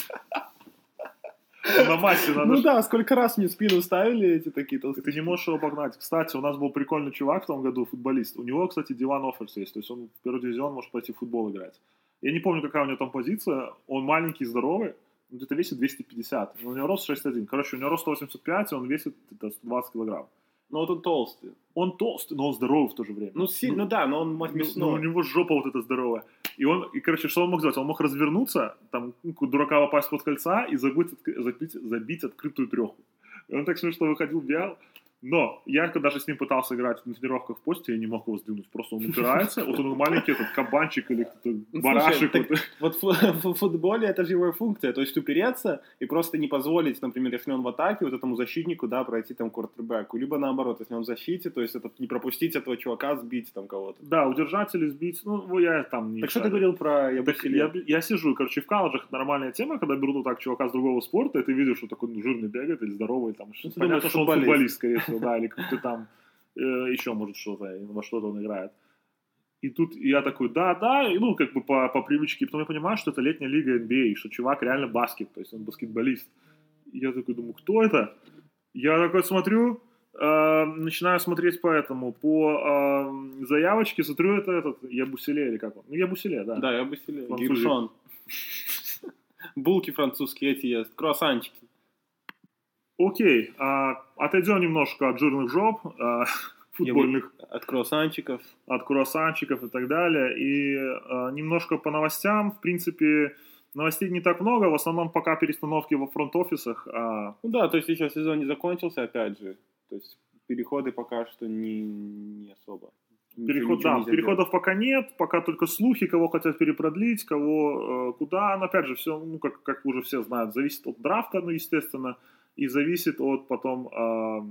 Speaker 2: На массе надо...
Speaker 3: Ну да, сколько раз мне в спину ставили эти такие толстые.
Speaker 2: Ты не можешь его обогнать. Кстати, у нас был прикольный чувак в том году, футболист. У него, кстати, Диван Офферс есть. То есть он в первый дивизион может пойти в футбол играть. Я не помню, какая у него там позиция. Он маленький, здоровый. Он где-то весит двести пятьдесят. У него рост шесть один. Короче, у него рост сто восемьдесят пять, и он весит сто двадцать килограмм.
Speaker 3: Ну вот он толстый.
Speaker 2: Он толстый, но он здоровый в то же время.
Speaker 3: Ну, си... ну, ну да, но он мясной.
Speaker 2: Ну, у него жопа вот эта здоровая. И он, и, короче, что он мог сделать? Он мог развернуться, там, дурака попасть под кольца и забыть, забить, забить открытую треху. И он так смешно выходил, бегал. Но я когда даже с ним пытался играть на тренировках в посте, я не мог его сдвинуть. Просто он упирается. Вот он маленький этот кабанчик или кто-то барашек.
Speaker 3: Слушай, вот в футболе это же его функция. То есть упереться и просто не позволить, например, если он в атаке, вот этому защитнику, да, пройти там квартербеку. Либо наоборот, если он в защите, то есть это не пропустить этого чувака, сбить там кого-то.
Speaker 2: Да, удержать или сбить. Ну, я там не...
Speaker 3: Так что ты говорил про Ябусели?
Speaker 2: Я, я сижу, короче, в колледжах нормальная тема, когда берут вот так чувака с другого спорта, и ты видишь, что такой ну, жирный бегает или здоровый. Там,
Speaker 3: ну,
Speaker 2: понятно,
Speaker 3: думаешь,
Speaker 2: что он футболист, скорее всего, да, или как-то там э, еще, может, что-то, во что-то он играет. И тут я такой, да, да, и, ну, как бы по, по привычке. И потом я понимаю, что это летняя лига эн би эй, что чувак реально баскет, то есть он баскетболист. И я такой думаю, кто это? Я такой смотрю, э, начинаю смотреть по этому, по э, заявочке, смотрю, это этот, Ябуселе или как он? Ну, Ябуселе, да.
Speaker 3: Да, Ябуселе.
Speaker 2: Французик.
Speaker 3: Гиршон. Булки французские эти ест, круассанчики.
Speaker 2: Окей, а, отойдем немножко от жирных жоп, а, футбольных.
Speaker 3: От круассанчиков.
Speaker 2: От круассанчиков и так далее. И а, немножко по новостям. В принципе, новостей не так много. В основном пока перестановки во фронт-офисах. А...
Speaker 3: Ну да, то есть еще сезон не закончился, опять же. То есть переходы пока что не, не особо.
Speaker 2: Переход,
Speaker 3: ничего
Speaker 2: да, переходов
Speaker 3: делать.
Speaker 2: пока нет, пока только слухи, кого хотят перепродлить, кого э, куда. Но опять же, все, ну, как, как уже все знают, зависит от драфта, ну, естественно, и зависит от потом... Э,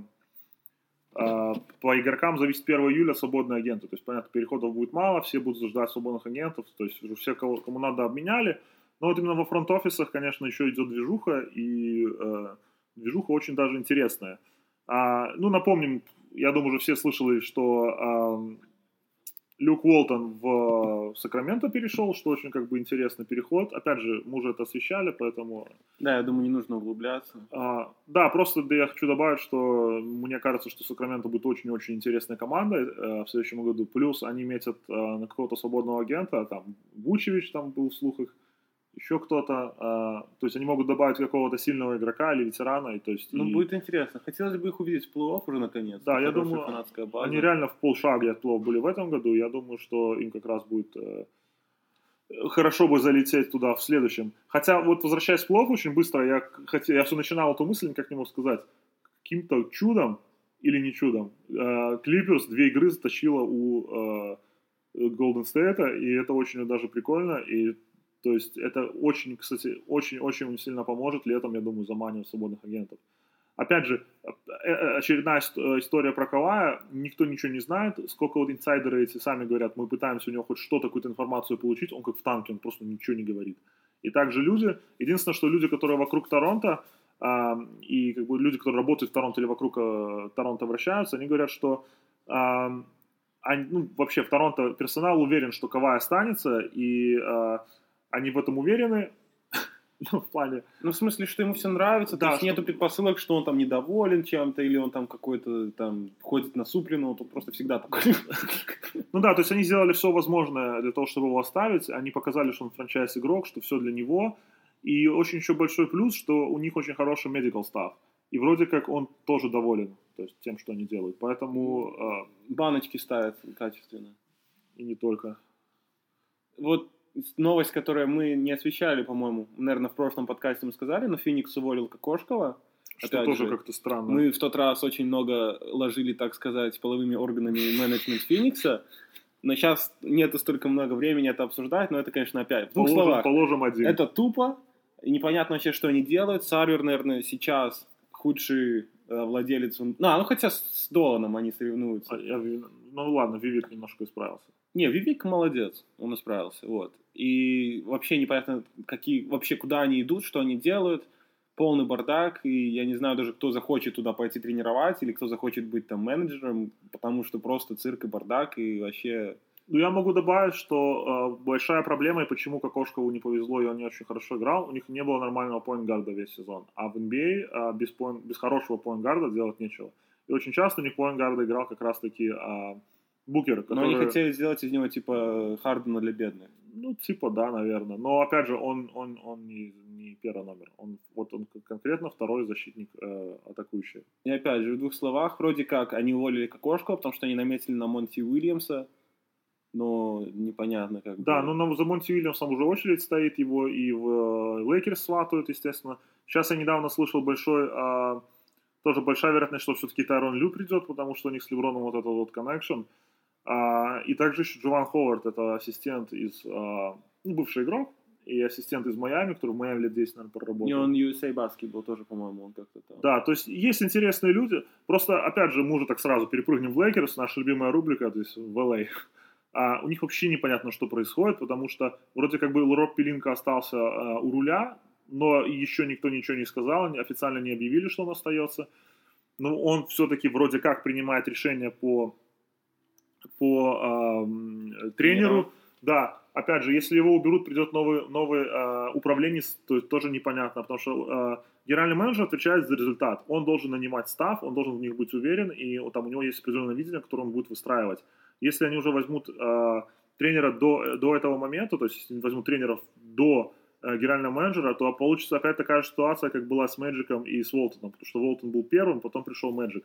Speaker 2: э, по игрокам зависит первого июля свободные агенты. То есть, понятно, переходов будет мало, все будут ждать свободных агентов. То есть, уже все, кого, кому надо, обменяли. Но вот именно во фронт-офисах, конечно, еще идет движуха, и э, движуха очень даже интересная. А, ну, напомним, я думаю, уже все слышали, что... Э, Люк Уолтон в Сакраменто перешел, что очень как бы интересный переход. Опять же, мы уже это освещали, поэтому...
Speaker 3: Да, я думаю, не нужно углубляться.
Speaker 2: А, да, просто да, я хочу добавить, что мне кажется, что Сакраменто будет очень-очень интересной командой а, в следующем году. Плюс они метят а, на какого-то свободного агента, там Вучевич там был в слухах, еще кто-то. А, то есть они могут добавить какого-то сильного игрока или ветерана. И, то есть,
Speaker 3: Ну,
Speaker 2: и...
Speaker 3: будет интересно. Хотелось бы их увидеть в плей-офф уже наконец.
Speaker 2: Да, я думаю, они реально в полшага от плей-офф были в этом году. Я думаю, что им как раз будет э, хорошо бы залететь туда в следующем. Хотя, вот возвращаясь к плей-офф очень быстро, я, хотел, я все начинал эту мысль, никак не мог сказать, каким-то чудом или не чудом. Клиперс две игры затащила у Голден Стейта, и это очень даже прикольно. И то есть это очень, кстати, очень-очень сильно поможет летом, я думаю, заманивать свободных агентов. Опять же, очередная история про Кавая. Никто ничего не знает. Сколько вот инсайдеры эти сами говорят, мы пытаемся у него хоть что-то, какую-то информацию получить, он как в танке, он просто ничего не говорит. И также люди, единственное, что люди, которые вокруг Торонто, и как бы люди, которые работают в Торонто или вокруг Торонто вращаются, они говорят, что они, ну, вообще в Торонто персонал уверен, что Кавай останется, и они в этом уверены. Ну, в плане...
Speaker 3: Ну, в смысле, что ему все нравится,
Speaker 2: да,
Speaker 3: то есть
Speaker 2: что...
Speaker 3: нету предпосылок, что он там недоволен чем-то, или он там какой-то там ходит насупленный, он тут просто всегда такой.
Speaker 2: Ну да, то есть они сделали все возможное для того, чтобы его оставить, они показали, что он франчайз-игрок, что все для него, и очень еще большой плюс, что у них очень хороший medical staff, и вроде как он тоже доволен, то есть тем, что они делают, поэтому... Э...
Speaker 3: Баночки ставят качественно.
Speaker 2: И не только.
Speaker 3: Вот новость, которую мы не освещали, по-моему, наверное, в прошлом подкасте мы сказали, но Феникс уволил Кокошкова.
Speaker 2: Что Опять тоже же, как-то странно.
Speaker 3: Мы в тот раз очень много ложили, так сказать, половыми органами менеджмент Феникса, но сейчас нету столько много времени это обсуждать, но это, конечно, опять в двух
Speaker 2: положим,
Speaker 3: словах.
Speaker 2: Положим один.
Speaker 3: Это тупо, и непонятно вообще, что они делают. Сарвер, наверное, сейчас худший э, владелец. Ну, ну, хотя с Доланом они соревнуются.
Speaker 2: А, я, ну ладно, Вивик немножко исправился.
Speaker 3: Не, Вивик молодец, он исправился, вот. И вообще непонятно, какие, вообще куда они идут, что они делают, полный бардак, и я не знаю даже, кто захочет туда пойти тренировать, или кто захочет быть там менеджером, потому что просто цирк и бардак, и вообще...
Speaker 2: Ну, я могу добавить, что э, большая проблема, и почему Кокошкову не повезло, и он не очень хорошо играл, у них не было нормального поинт-гарда весь сезон, а в эн би эй э, без, point, без хорошего поинт-гарда делать нечего. И очень часто у них поинт-гарда играл как раз-таки... Э, Букер, который...
Speaker 3: Но они хотели сделать из него, типа, Хардена для бедных.
Speaker 2: Ну, типа, да, наверное. Но, опять же, он, он, он не, не первый номер. Он, вот он конкретно второй защитник э, атакующий.
Speaker 3: И, опять же, в двух словах, вроде как они уволили Кокошкова, потому что они наметили на Монти Уильямса, но непонятно как.
Speaker 2: Да, бы. Ну за Монти Уильямсом уже очередь стоит, его и в Лейкерс сватают, естественно. Сейчас я недавно слышал большой... Э, тоже большая вероятность, что все-таки Тайрон Лю придет, потому что у них с Леброном вот этот вот коннекшн. А, и также еще Джован Ховард, это ассистент из, а, ну, бывший игрок, и ассистент из Майами, который в Майами лет десять, наверное, проработал.
Speaker 3: И он ю эс эй Basketball тоже, по-моему, он как-то там.
Speaker 2: Да, то есть есть интересные люди, просто, опять же, мы уже так сразу перепрыгнем в Лейкерс, наша любимая рубрика, то есть в эл эй. А, у них вообще непонятно, что происходит, потому что вроде как бы Роб Пелинка остался а, у руля, но еще никто ничего не сказал, официально не объявили, что он остается. Но он все-таки вроде как принимает решение по... по э, тренеру. Да, опять же, если его уберут, придет новый, новый э, управленец, то тоже непонятно, потому что э, генеральный менеджер отвечает за результат. Он должен нанимать став, он должен в них быть уверен, и вот, там у него есть определенное видение, которое он будет выстраивать. Если они уже возьмут э, тренера до, до этого момента, то есть если они возьмут тренеров до э, генерального менеджера, то получится опять такая же ситуация, как была с Мэджиком и с Волтоном, потому что Волтон был первым, потом пришел Мэджик.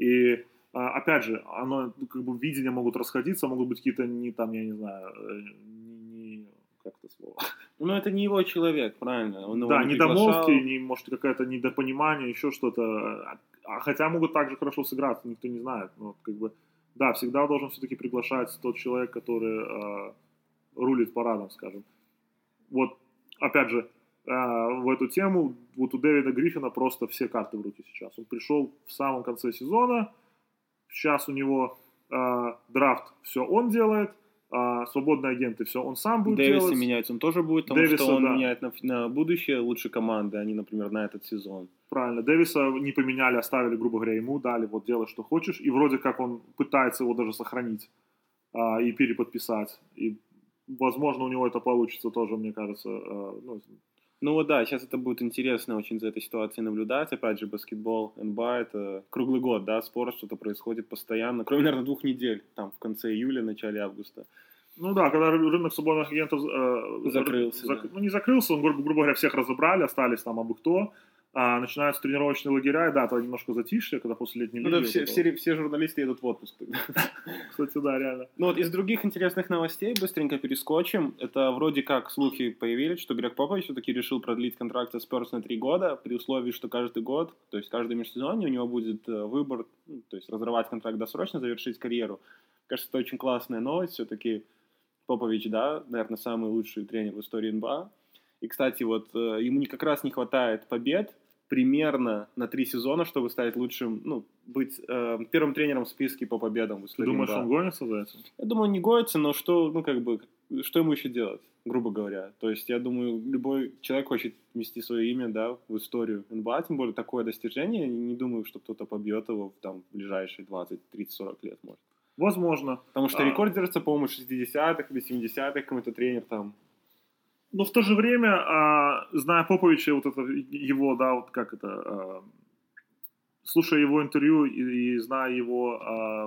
Speaker 2: И опять же, оно, как бы, видения могут расходиться, могут быть какие-то не там, я не знаю, не, не как это слово.
Speaker 3: Ну, это не его человек, правильно? Он
Speaker 2: да,
Speaker 3: не
Speaker 2: недомолвки, не, может, какое-то недопонимание, еще что-то. А хотя могут также хорошо сыграть, никто не знает. Но, как бы, да, всегда должен все-таки приглашать тот человек, который э, рулит парадом, скажем. Вот, опять же, э, в эту тему, вот у Дэвида Гриффина просто все карты в руки сейчас. Он пришел в самом конце сезона. Сейчас у него э, драфт, все он делает, э, свободные агенты, все он сам будет
Speaker 3: Дэвиса
Speaker 2: делать.
Speaker 3: меняется, он тоже будет, потому
Speaker 2: Дэвиса,
Speaker 3: что он
Speaker 2: да.
Speaker 3: меняет на, на будущее лучше команды, а не, например, на этот сезон.
Speaker 2: Правильно, Дэвиса не поменяли, оставили, грубо говоря, ему, дали, вот делай, что хочешь, и вроде как он пытается его даже сохранить э, и переподписать, и, возможно, у него это получится тоже, мне кажется, э, ну,
Speaker 3: Ну вот да, сейчас это будет интересно очень за этой ситуацией наблюдать. Опять же, баскетбол, эн би эй — это круглый год, да, спорт, что-то происходит постоянно. Кроме, наверное, двух недель, там, в конце июля, начале августа.
Speaker 2: Ну да, когда рынок свободных агентов э,
Speaker 3: закрылся,
Speaker 2: зак...
Speaker 3: да.
Speaker 2: ну не закрылся, он, грубо, грубо говоря, всех разобрали, остались там абы кто. А начинаются тренировочные лагеря, и да, это немножко затишье, когда после летней
Speaker 3: Ну
Speaker 2: лиги.
Speaker 3: да, все, все, все журналисты едут в отпуск.
Speaker 2: Кстати, да, реально.
Speaker 3: Ну вот из других интересных новостей быстренько перескочим. Это вроде как слухи появились, что Грег Попович все-таки решил продлить контракт со Spurs на три года, при условии, что каждый год, то есть каждый межсезонье у него будет выбор, ну, то есть разрывать контракт досрочно, завершить карьеру. Кажется, это очень классная новость. Все-таки Попович, да, наверное, самый лучший тренер в истории эн би эй. И, кстати, вот ему как раз не хватает побед примерно на три сезона, чтобы стать лучшим, ну, быть э, первым тренером в списке по победам в истории.
Speaker 2: Ты думаешь, он гонится за этим?
Speaker 3: Я думаю, он не гонится, но что, ну, как бы, что ему еще делать, грубо говоря. То есть, я думаю, любой человек хочет ввести свое имя, да, в историю эн би эй, тем более такое достижение. Я не думаю, что кто-то побьет его в там, ближайшие двадцать, тридцать, сорок лет, может.
Speaker 2: Возможно.
Speaker 3: Потому что
Speaker 2: а...
Speaker 3: рекорд держится, по-моему, в шестидесятых или семидесятых, какой-то тренер там.
Speaker 2: Но в то же время, а, зная Поповича, вот это его, да, вот как это, а, слушая его интервью и, и зная его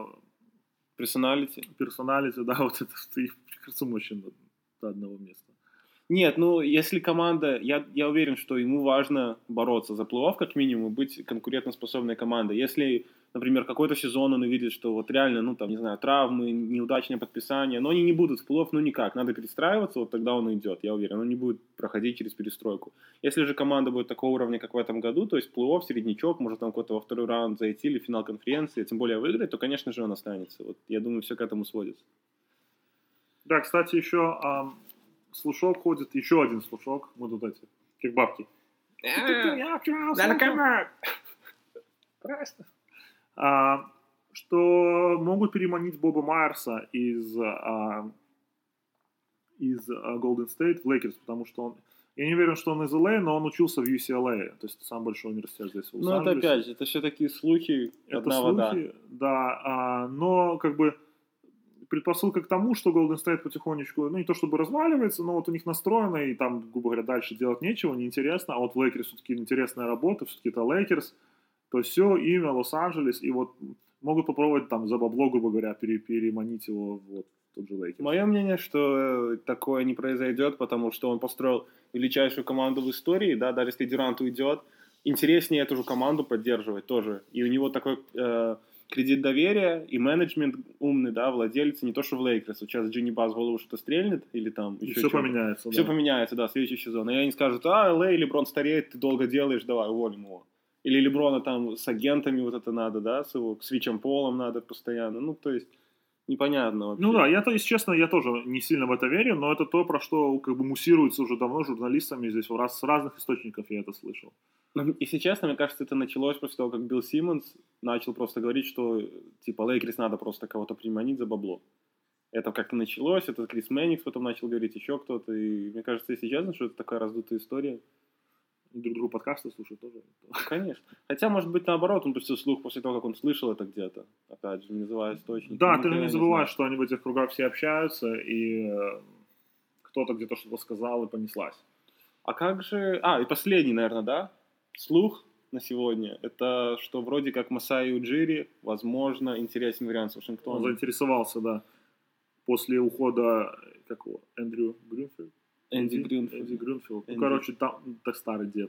Speaker 3: персоналити,
Speaker 2: а, персоналити, да, вот это их, кажется, очень до, до одного места.
Speaker 3: Нет, ну, если команда, я, я уверен, что ему важно бороться за плей-офф, как минимум, быть конкурентоспособной командой. Если, например, какой-то сезон он увидит, что вот реально, ну, там, не знаю, травмы, неудачное подписание, но они не будут в плей-офф, ну, никак, надо перестраиваться, вот тогда он уйдет, я уверен, он не будет проходить через перестройку. Если же команда будет такого уровня, как в этом году, то есть плей-офф, середнячок, может там какой-то во второй раунд зайти или финал конференции, тем более выиграть, то, конечно же, он останется. Вот, я думаю, все к этому сводится.
Speaker 2: Да, кстати, еще... А... слушок ходит, еще один слушок, мы тут эти, как бабки. а, что могут переманить Боба Майерса из, а, из а, Golden State в Lakers, потому что он, я не уверен, что он из эл эй, но он учился в ю си эл эй, то есть самый большой университет здесь в Лос-Анджелесе.
Speaker 3: Ну, это опять же, это все такие слухи,
Speaker 2: это
Speaker 3: одна
Speaker 2: слухи,
Speaker 3: вода.
Speaker 2: Да, а, но как бы предпосылка к тому, что Golden State потихонечку, ну не то чтобы разваливается, но вот у них настроено, и там, грубо говоря, дальше делать нечего, неинтересно, а вот в Lakers все-таки интересная работа, все-таки это Lakers, то есть все, имя, Лос-Анджелес, и вот могут попробовать там за бабло, грубо говоря, пере- переманить его в вот, тот же Lakers.
Speaker 3: Мое мнение, что такое не произойдет, потому что он построил величайшую команду в истории, да, даже если Дюрант уйдет, интереснее эту же команду поддерживать тоже, и у него такой... Э- кредит доверия и менеджмент умный, да, владелец, не то, что в Лейкерс. Сейчас Джинни Бас в голову что-то стрельнет, или там еще
Speaker 2: все
Speaker 3: что-то.
Speaker 2: поменяется.
Speaker 3: Все
Speaker 2: да.
Speaker 3: поменяется, да, следующий сезон. И они скажут, а, эл эй, Леброн стареет, ты долго делаешь, давай, уволим его. Или Леброна там с агентами вот это надо, да, с его, с Вичем Полом надо постоянно. Ну, то есть, непонятно вообще.
Speaker 2: Ну да, я, если честно, я тоже не сильно в это верю, но это то, про что как бы муссируется уже давно журналистами здесь, раз, с разных источников я это слышал.
Speaker 3: Ну, если честно, мне кажется, это началось после того, как Билл Симмонс начал просто говорить, что, типа, Лейкерс надо просто кого-то приманить за бабло. Это как-то началось, это Крис Мэнникс потом начал говорить, еще кто-то, и мне кажется, если честно, что это такая раздутая история.
Speaker 2: друг другу подкасты слушают тоже.
Speaker 3: Конечно. Хотя, может быть, наоборот, он пустил слух после того, как он слышал это где-то. Опять же, не называя источники.
Speaker 2: Да, ты же не
Speaker 3: не
Speaker 2: забываешь, что они в этих кругах все общаются, и э, кто-то где-то что-то сказал, и понеслась.
Speaker 3: А как же... А, и последний, наверное, да? Слух на сегодня. Это что вроде как Масаи Уджири, возможно, интересный вариант с Вашингтоном.
Speaker 2: Он заинтересовался, да. После ухода, как его, Эндрю Грюнфилд?
Speaker 3: Энди Грюнфилд.
Speaker 2: Энди Грюнфилд. Ну,
Speaker 3: Энди.
Speaker 2: короче, там так старый дед.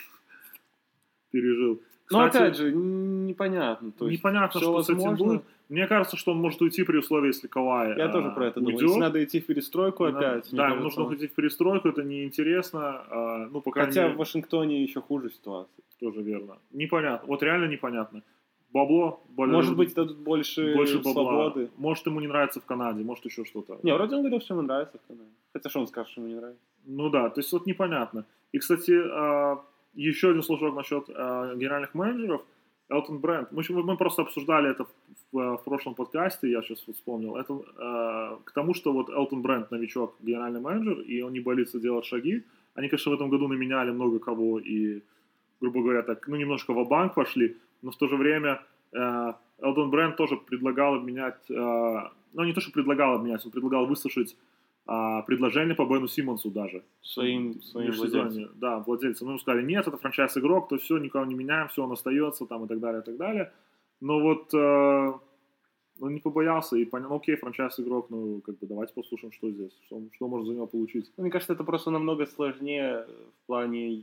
Speaker 2: Пережил.
Speaker 3: Но
Speaker 2: Кстати,
Speaker 3: опять же, непонятно. То есть
Speaker 2: непонятно,
Speaker 3: всё
Speaker 2: что с этим
Speaker 3: возможно.
Speaker 2: будет. Мне кажется, что он может уйти при условии, если Кавай
Speaker 3: Я
Speaker 2: а,
Speaker 3: тоже про это думаю.
Speaker 2: уйдет.
Speaker 3: Если надо идти в перестройку
Speaker 2: Не надо-
Speaker 3: опять. мне
Speaker 2: Да, ему
Speaker 3: кажется,
Speaker 2: нужно уйти в перестройку, это неинтересно. а, Ну, по крайней
Speaker 3: Хотя
Speaker 2: мере,
Speaker 3: в Вашингтоне еще хуже ситуация.
Speaker 2: тоже верно. Непонятно. Вот реально непонятно. Бабло, более-
Speaker 3: Может быть, дадут больше,
Speaker 2: больше бабла.
Speaker 3: свободы.
Speaker 2: Может, ему не нравится в Канаде, может, еще что-то.
Speaker 3: Не, вроде он говорил, что ему нравится в Канаде. Хотя что он скажет, что ему не нравится?
Speaker 2: Ну да, то есть вот непонятно. И, кстати, а, еще один слушок насчет а, генеральных менеджеров. Элтон Брэнд. Мы, еще- мы просто обсуждали это в, в прошлом подкасте, я сейчас вот вспомнил. Это а, к тому, что вот Элтон Брэнд новичок, генеральный менеджер, и он не боится делать шаги. Они, конечно, в этом году наменяли много кого и, грубо говоря, так, ну, немножко ва-банк пошли, но в то же время э, Элтон Брэнд тоже предлагал обменять, э, ну, не то, что предлагал обменять, он предлагал выслушать э, предложение по Бену Симмонсу даже.
Speaker 3: Своим, своим
Speaker 2: Межсезонье.
Speaker 3: владельцам.
Speaker 2: Да, владельцам. Мы ему сказали, нет, это франчайз-игрок, то все, никого не меняем, все, он остается там и так далее, и так далее. Но вот э, он не побоялся и понял, ну, окей, франчайз-игрок, ну, как бы давайте послушаем, что здесь, что, что можно за него получить.
Speaker 3: Ну, мне кажется, это просто намного сложнее в плане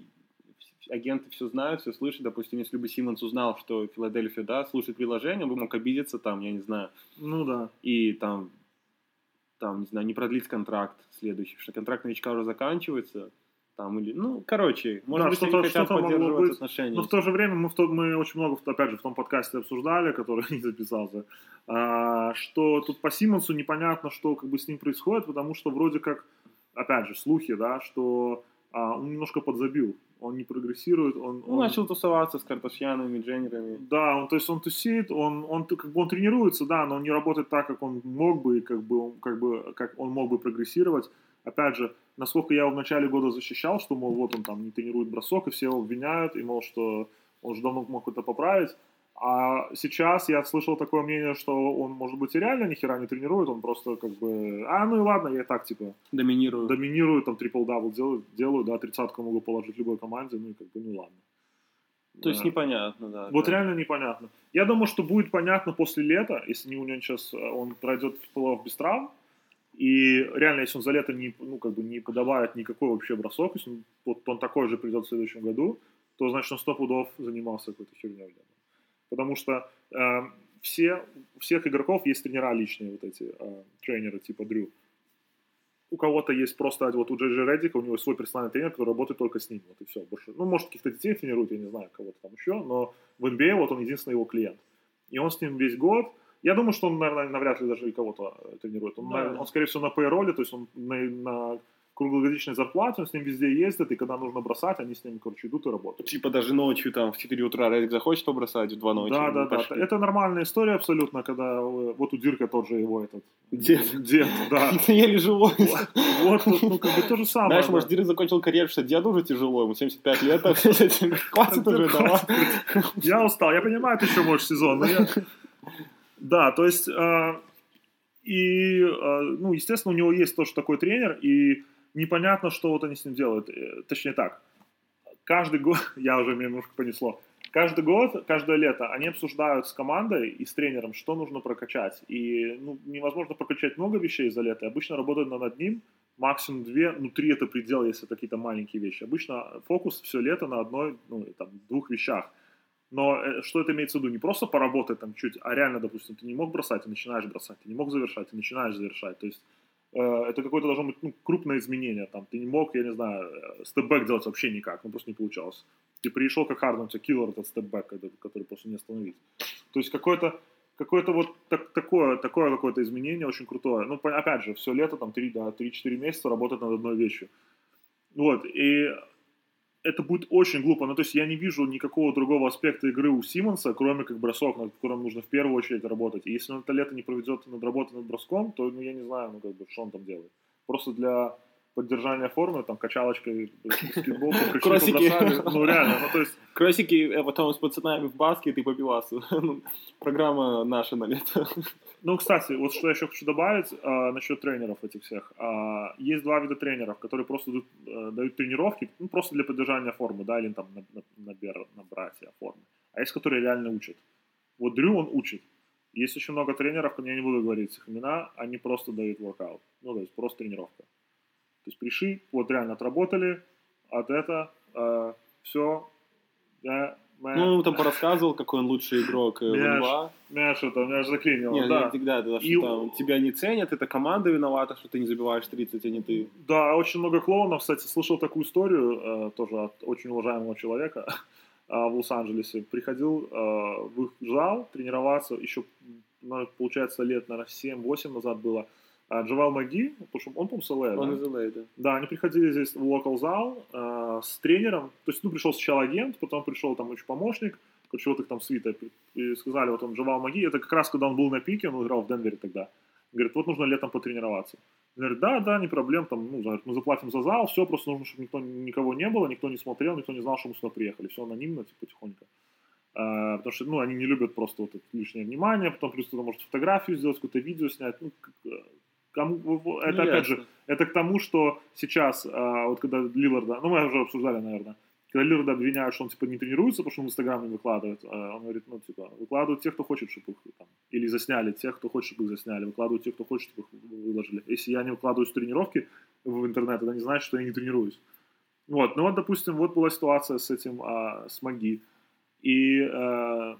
Speaker 3: агенты все знают, все слышат. Допустим, если бы Симмонс узнал, что Филадельфия, да, слушает предложение, он бы мог обидеться там, я не знаю,
Speaker 2: Ну да.
Speaker 3: и там, там, не знаю, не продлить контракт следующий, потому что контракт новичка уже заканчивается, там, или, ну, короче, может
Speaker 2: Да,
Speaker 3: быть, они
Speaker 2: что-то-
Speaker 3: хотят
Speaker 2: что-то могло
Speaker 3: поддерживать
Speaker 2: быть.
Speaker 3: отношения.
Speaker 2: Но в то же время мы, в то, мы очень много, опять же, в том подкасте обсуждали, который не записался, а, что тут по Симмонсу непонятно, что как бы с ним происходит, потому что вроде как, опять же, слухи, да, что а, он немножко подзабил, он не прогрессирует, он...
Speaker 3: Ну,
Speaker 2: он-
Speaker 3: начал тусоваться с Кардашьянами, Дженнерами.
Speaker 2: Да, он, то есть он тусит, он, он, как бы он тренируется, да, но он не работает так, как он мог бы, и как бы, он- как бы, как он мог бы прогрессировать. Опять же, насколько я его в начале года защищал, что, мол, вот он там не тренирует бросок, и все его обвиняют, и, мол, что он уже давно мог это поправить. А сейчас я слышал такое мнение, что он, может быть, и реально ни хера не тренирует, он просто как бы, а, ну и ладно, я и так, типа,
Speaker 3: Доминируют.
Speaker 2: доминирую, там, трипл-дабл делаю, делаю, да, тридцатку могу положить любой команде, ну и как бы, ну ладно.
Speaker 3: То есть
Speaker 2: Да.
Speaker 3: непонятно, да.
Speaker 2: Вот
Speaker 3: да.
Speaker 2: реально непонятно. Я думаю, что будет понятно после лета, если не у него сейчас э, он пройдет в плей-офф без травм. И реально, если он за лето не, ну, как бы не подобает никакой вообще бросок, если он, вот он такой же придет в следующем году, то значит он сто пудов занимался какой-то херней. Потому что э, все, у всех игроков есть тренера личные, вот эти э, тренеры типа Дрю. У кого-то есть просто, вот у Джей Джей Реддика, у него свой персональный тренер, который работает только с ним, вот и все. Больше, ну, может, каких-то детей тренирует, я не знаю, кого-то там еще, но в эн би эй вот он единственный его клиент. И он с ним весь год. Я думаю, что он, наверное, навряд ли даже и кого-то э, тренирует. Он,
Speaker 3: Да.
Speaker 2: наверное, он, скорее всего, на пейроле, то есть он на, на круглогодичной зарплате, он с ним везде ездит, и когда нужно бросать, они с ним, короче, идут и работают.
Speaker 3: Типа даже ночью, там, в четыре утра Редик захочет побросать, в два ночи.
Speaker 2: Да,
Speaker 3: мы
Speaker 2: да, да.
Speaker 3: пошли.
Speaker 2: Это нормальная история абсолютно, когда э, вот у Дирка тот же его этот...
Speaker 3: Дед.
Speaker 2: Дед, да.
Speaker 3: Еле живой.
Speaker 2: Вот, вот, ну, как бы то же самое.
Speaker 3: Знаешь,
Speaker 2: да.
Speaker 3: может, Дирк закончил карьеру, что деду уже тяжело, ему семьдесят пять лет, так, хватит уже, давай.
Speaker 2: Я устал, я понимаю, ты еще можешь сезон, но я... Да, то есть, э, и, э, ну, естественно, у него есть тоже такой тренер, и непонятно, что вот они с ним делают. Э, Точнее так, каждый год, я уже меня немножко понесло, каждый год, каждое лето они обсуждают с командой и с тренером, что нужно прокачать. И ну, невозможно прокачать много вещей за лето, обычно работают над одним, максимум две, ну, три это предел, если это какие-то маленькие вещи. Обычно фокус все лето на одной, ну, там, двух вещах. Но э, что это имеется в виду? Не просто поработать там чуть, а реально, допустим, ты не мог бросать, ты начинаешь бросать, ты не мог завершать, ты начинаешь завершать. То есть э, это какое-то должно быть ну, крупное изменение. Там, ты не мог, я не знаю, степ-бэк делать вообще никак, ну просто не получалось. Ты пришел как Харден, у тебя киллер этот степ-бэк, который просто не остановить. То есть какое-то какое-то вот так, такое, такое какое-то изменение очень крутое. Ну, опять же, все лето, там три-четыре месяца работать над одной вещью. Вот, и это будет очень глупо. Ну, то есть я не вижу никакого другого аспекта игры у Симмонса, кроме как бросок, над которым нужно в первую очередь работать. И если он это лето не проведет над работой над броском, то, ну, я не знаю, ну, как бы, что он там делает. Просто для поддержание формы, там, качалочкой, баскетбол,
Speaker 3: Кросики.
Speaker 2: Ну, реально, ну, то есть...
Speaker 3: Кросики, а потом с пацанами в баскет и по пивасу. Программа наша на лето.
Speaker 2: Ну, кстати, вот что я еще хочу добавить а, насчет тренеров этих всех. А, есть два вида тренеров, которые просто дают, а, дают тренировки, ну, просто для поддержания формы, да, или там набер, набратия формы. А есть, которые реально учат. Вот Дрю, он учит. Есть очень много тренеров, я не буду говорить их имена, они просто дают воркаут. Ну, то есть просто тренировка. То есть пришли, вот реально отработали, от это, э, все, я...
Speaker 3: Мы... Ну, он там порассказывал, какой он лучший игрок в эн бэ а.
Speaker 2: Меня что-то, меня аж заклинило,
Speaker 3: Нет,
Speaker 2: да.
Speaker 3: Нет, да, да, что и... там тебя не ценят, это команда виновата, что ты не забиваешь тридцать, а не ты.
Speaker 2: Да, очень много клоунов, кстати, слышал такую историю, э, тоже от очень уважаемого человека э, в Лос-Анджелесе. Приходил э, в их зал тренироваться, еще, ну, получается, лет, наверное, семь-восемь назад было. Джавал Маги, потому что он, по-моему, с эл эй,
Speaker 3: он
Speaker 2: да?
Speaker 3: из эл эй, да.
Speaker 2: Да, они приходили здесь в локал зал э, с тренером, то есть, ну, пришел сначала агент, потом пришел там еще помощник, короче, вот их там свита, и сказали, вот он Джавал Маги, это как раз, когда он был на пике, он играл в Денвере тогда, говорит, вот нужно летом потренироваться. Он говорит, да, да, не проблем, там, ну, говорит, мы заплатим за зал, все, просто нужно, чтобы никто, никого не было, никто не смотрел, никто не знал, что мы сюда приехали, все анонимно, типа, тихонько. Uh, потому что, ну, они не любят просто вот это лишнее внимание, потом плюс кто-то может фотографию сделать, какое-то видео снять, ну, кому, это, ну, опять же, это к тому, что сейчас, а, вот когда Лиларда, ну, мы уже обсуждали, наверное, когда Лиларда обвиняют, что он, типа, не тренируется, потому что он в Инстаграм не выкладывает, а он говорит, ну, типа, выкладывают тех, кто хочет, чтобы их там, или засняли тех, кто хочет, чтобы их засняли, выкладывают тех, кто хочет, чтобы их выложили. Если я не выкладываю с тренировки в интернет, это не значит, что я не тренируюсь. Вот, ну, вот, допустим, вот была ситуация с этим, а, с Маги, и а,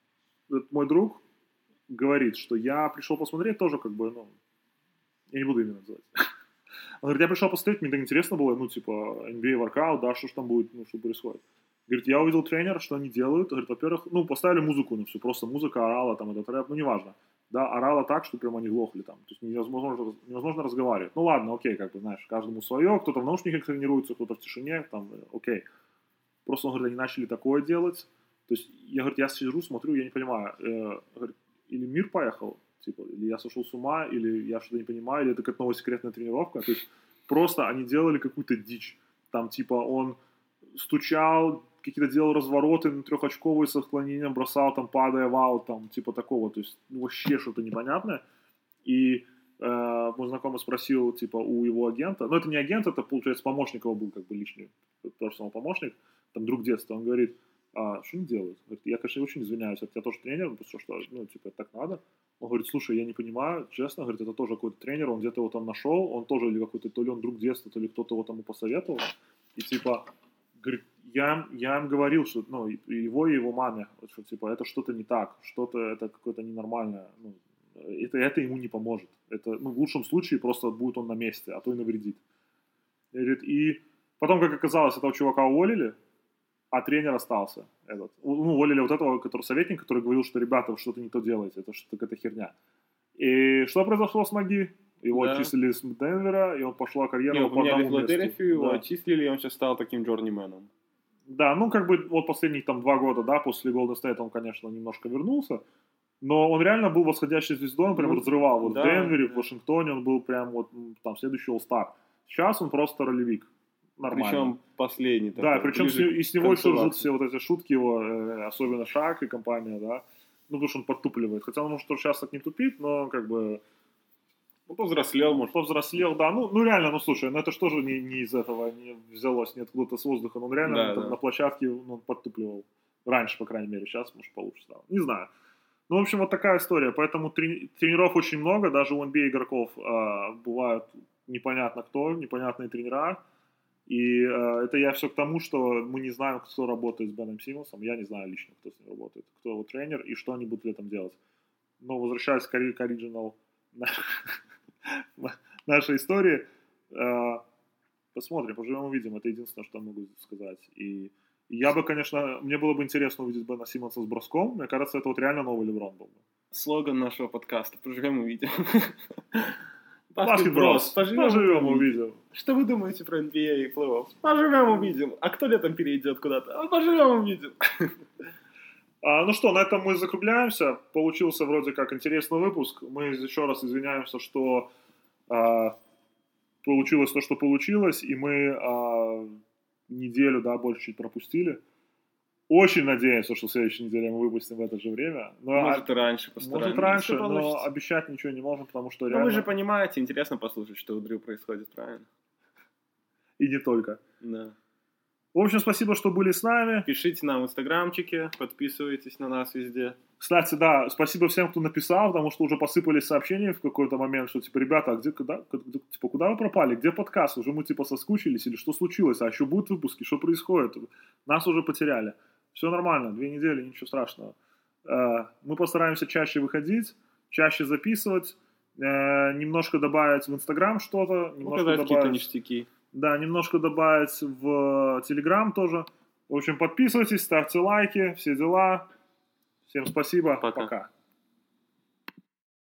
Speaker 2: мой друг говорит, что я пришел посмотреть тоже, как бы, ну, я не буду именно называть. Он говорит, я пришел посмотреть, мне так интересно было, ну, типа, эн би эй воркаут, да, что ж там будет, ну, что происходит. Говорит, я увидел тренера, что они делают. Говорит, во-первых, ну, поставили музыку на всю, просто музыка орала, там, этот рэп, ну, неважно. Да, орала так, что прям они глохли там. То есть невозможно, невозможно разговаривать. Ну, ладно, окей, как бы, знаешь, каждому свое, кто-то в наушниках тренируется, кто-то в тишине, там, окей. Просто, он говорит, они начали такое делать. То есть, я, говорит, я сижу, смотрю, я не понимаю, э, говорит, или мир поехал, типа, или я сошел с ума, или я что-то не понимаю, или это какая-то новая секретная тренировка. То есть просто они делали какую-то дичь. Там, типа, он стучал, какие-то делал развороты на трехочковые с отклонением, бросал, там, падая в аут, там, типа такого. То есть вообще что-то непонятное. И э, мой знакомый спросил, типа, у его агента, ну, это не агент, это, получается, помощник его был, как бы, личный, персонал помощник, там, друг детства, он говорит, а что они делают? Говорит, я, конечно, очень извиняюсь, это я тоже тренер, потому что, ну, типа, так надо. Он говорит, слушай, я не понимаю, честно, говорит, это тоже какой-то тренер, он где-то его там нашел, он тоже или какой-то, то ли он друг детства, то ли кто-то его тому посоветовал. И, типа, говорит, я, я им говорил, что, ну, его и его маме, что, типа, это что-то не так, что-то, это какое-то ненормальное, ну, это, это ему не поможет. Это, ну, в лучшем случае просто будет он на месте, а то и навредит. И, говорит, и потом, как оказалось, этого чувака уволили, а тренер остался. Этот. Ну, уволили вот этого, который советник, который говорил, что ребята, вы что-то не то делаете, это что-то какая-то херня. И что произошло с Маги? Его да. отчислили с Денвера, и он пошла карьера
Speaker 3: не,
Speaker 2: по одному месту.
Speaker 3: Филадельфию, его да. отчислили, и он сейчас стал таким джорнименом.
Speaker 2: Да, ну как бы вот последних там два года, да, после Golden State он, конечно, немножко вернулся, но он реально был восходящей звездой, он прям ну, разрывал. Вот да, в Денвере, да. в Вашингтоне он был прям вот там следующий All-Star. Сейчас он просто ролевик. Нормально.
Speaker 3: Причем последний.
Speaker 2: Да, такой, причем с, и с него еще ржут все вот эти шутки его, э, особенно Шак и компания, да. Ну, потому что он подтупливает. Хотя он, может, сейчас так не тупит, но как бы...
Speaker 3: Ну, повзрослел, может.
Speaker 2: Повзрослел, да. Ну, ну реально, ну, слушай, ну это же тоже не, не из этого не взялось, не откуда-то с воздуха. Он реально да, там, да. на площадке ну, он подтупливал. Раньше, по крайней мере. Сейчас, может, получше стало. Не знаю. Ну, в общем, вот такая история. Поэтому трени- тренеров очень много. Даже у эн би эй игроков э, бывают непонятно кто, непонятные тренера. И э, это я все к тому, что мы не знаем, кто работает с Беном Симмонсом. Я не знаю лично, кто с ним работает, кто его тренер и что они будут летом делать. Но возвращаясь к оригинал нашей истории, э, посмотрим, поживем увидим. Это единственное, что я могу сказать. И я бы, конечно, мне было бы интересно увидеть Бена Симмонса с броском. Мне кажется, это вот реально новый Леброн был бы.
Speaker 3: Слоган нашего подкаста. Поживем увидим.
Speaker 2: Баскетброс. Поживем, Поживем увидим.
Speaker 3: Что вы думаете про эн би эй и плей-офф? Поживем увидим. А кто летом перейдет куда-то? Поживем увидим.
Speaker 2: А, ну что, на этом мы закругляемся. Получился вроде как интересный выпуск. Мы еще раз извиняемся, что а, получилось то, что получилось, и мы а, неделю, да, больше чуть пропустили. Очень надеемся, что в следующей неделе мы выпустим в это же время. Но,
Speaker 3: может, и раньше постараемся.
Speaker 2: Может, раньше, но обещать ничего не можем, потому что реально...
Speaker 3: Ну, вы же понимаете, интересно послушать, что у Дрю происходит, правильно?
Speaker 2: И не только.
Speaker 3: Да.
Speaker 2: В общем, спасибо, что были с нами.
Speaker 3: Пишите нам в инстаграмчике, подписывайтесь на нас везде.
Speaker 2: Кстати, да, спасибо всем, кто написал, потому что уже посыпались сообщения в какой-то момент, что, типа, ребята, а где, когда, типа, куда вы пропали, где подкаст? Уже мы, типа, соскучились, или что случилось? А еще будут выпуски, что происходит? Нас уже потеряли. Все нормально, две недели, ничего страшного. Мы постараемся чаще выходить, чаще записывать, немножко добавить в Инстаграм что-то, немножко
Speaker 3: добавить какие-то
Speaker 2: добавить...
Speaker 3: ништяки. Да,
Speaker 2: немножко добавить в Телеграм тоже. В общем, подписывайтесь, ставьте лайки, все дела. Всем спасибо.
Speaker 3: Пока.
Speaker 2: Пока.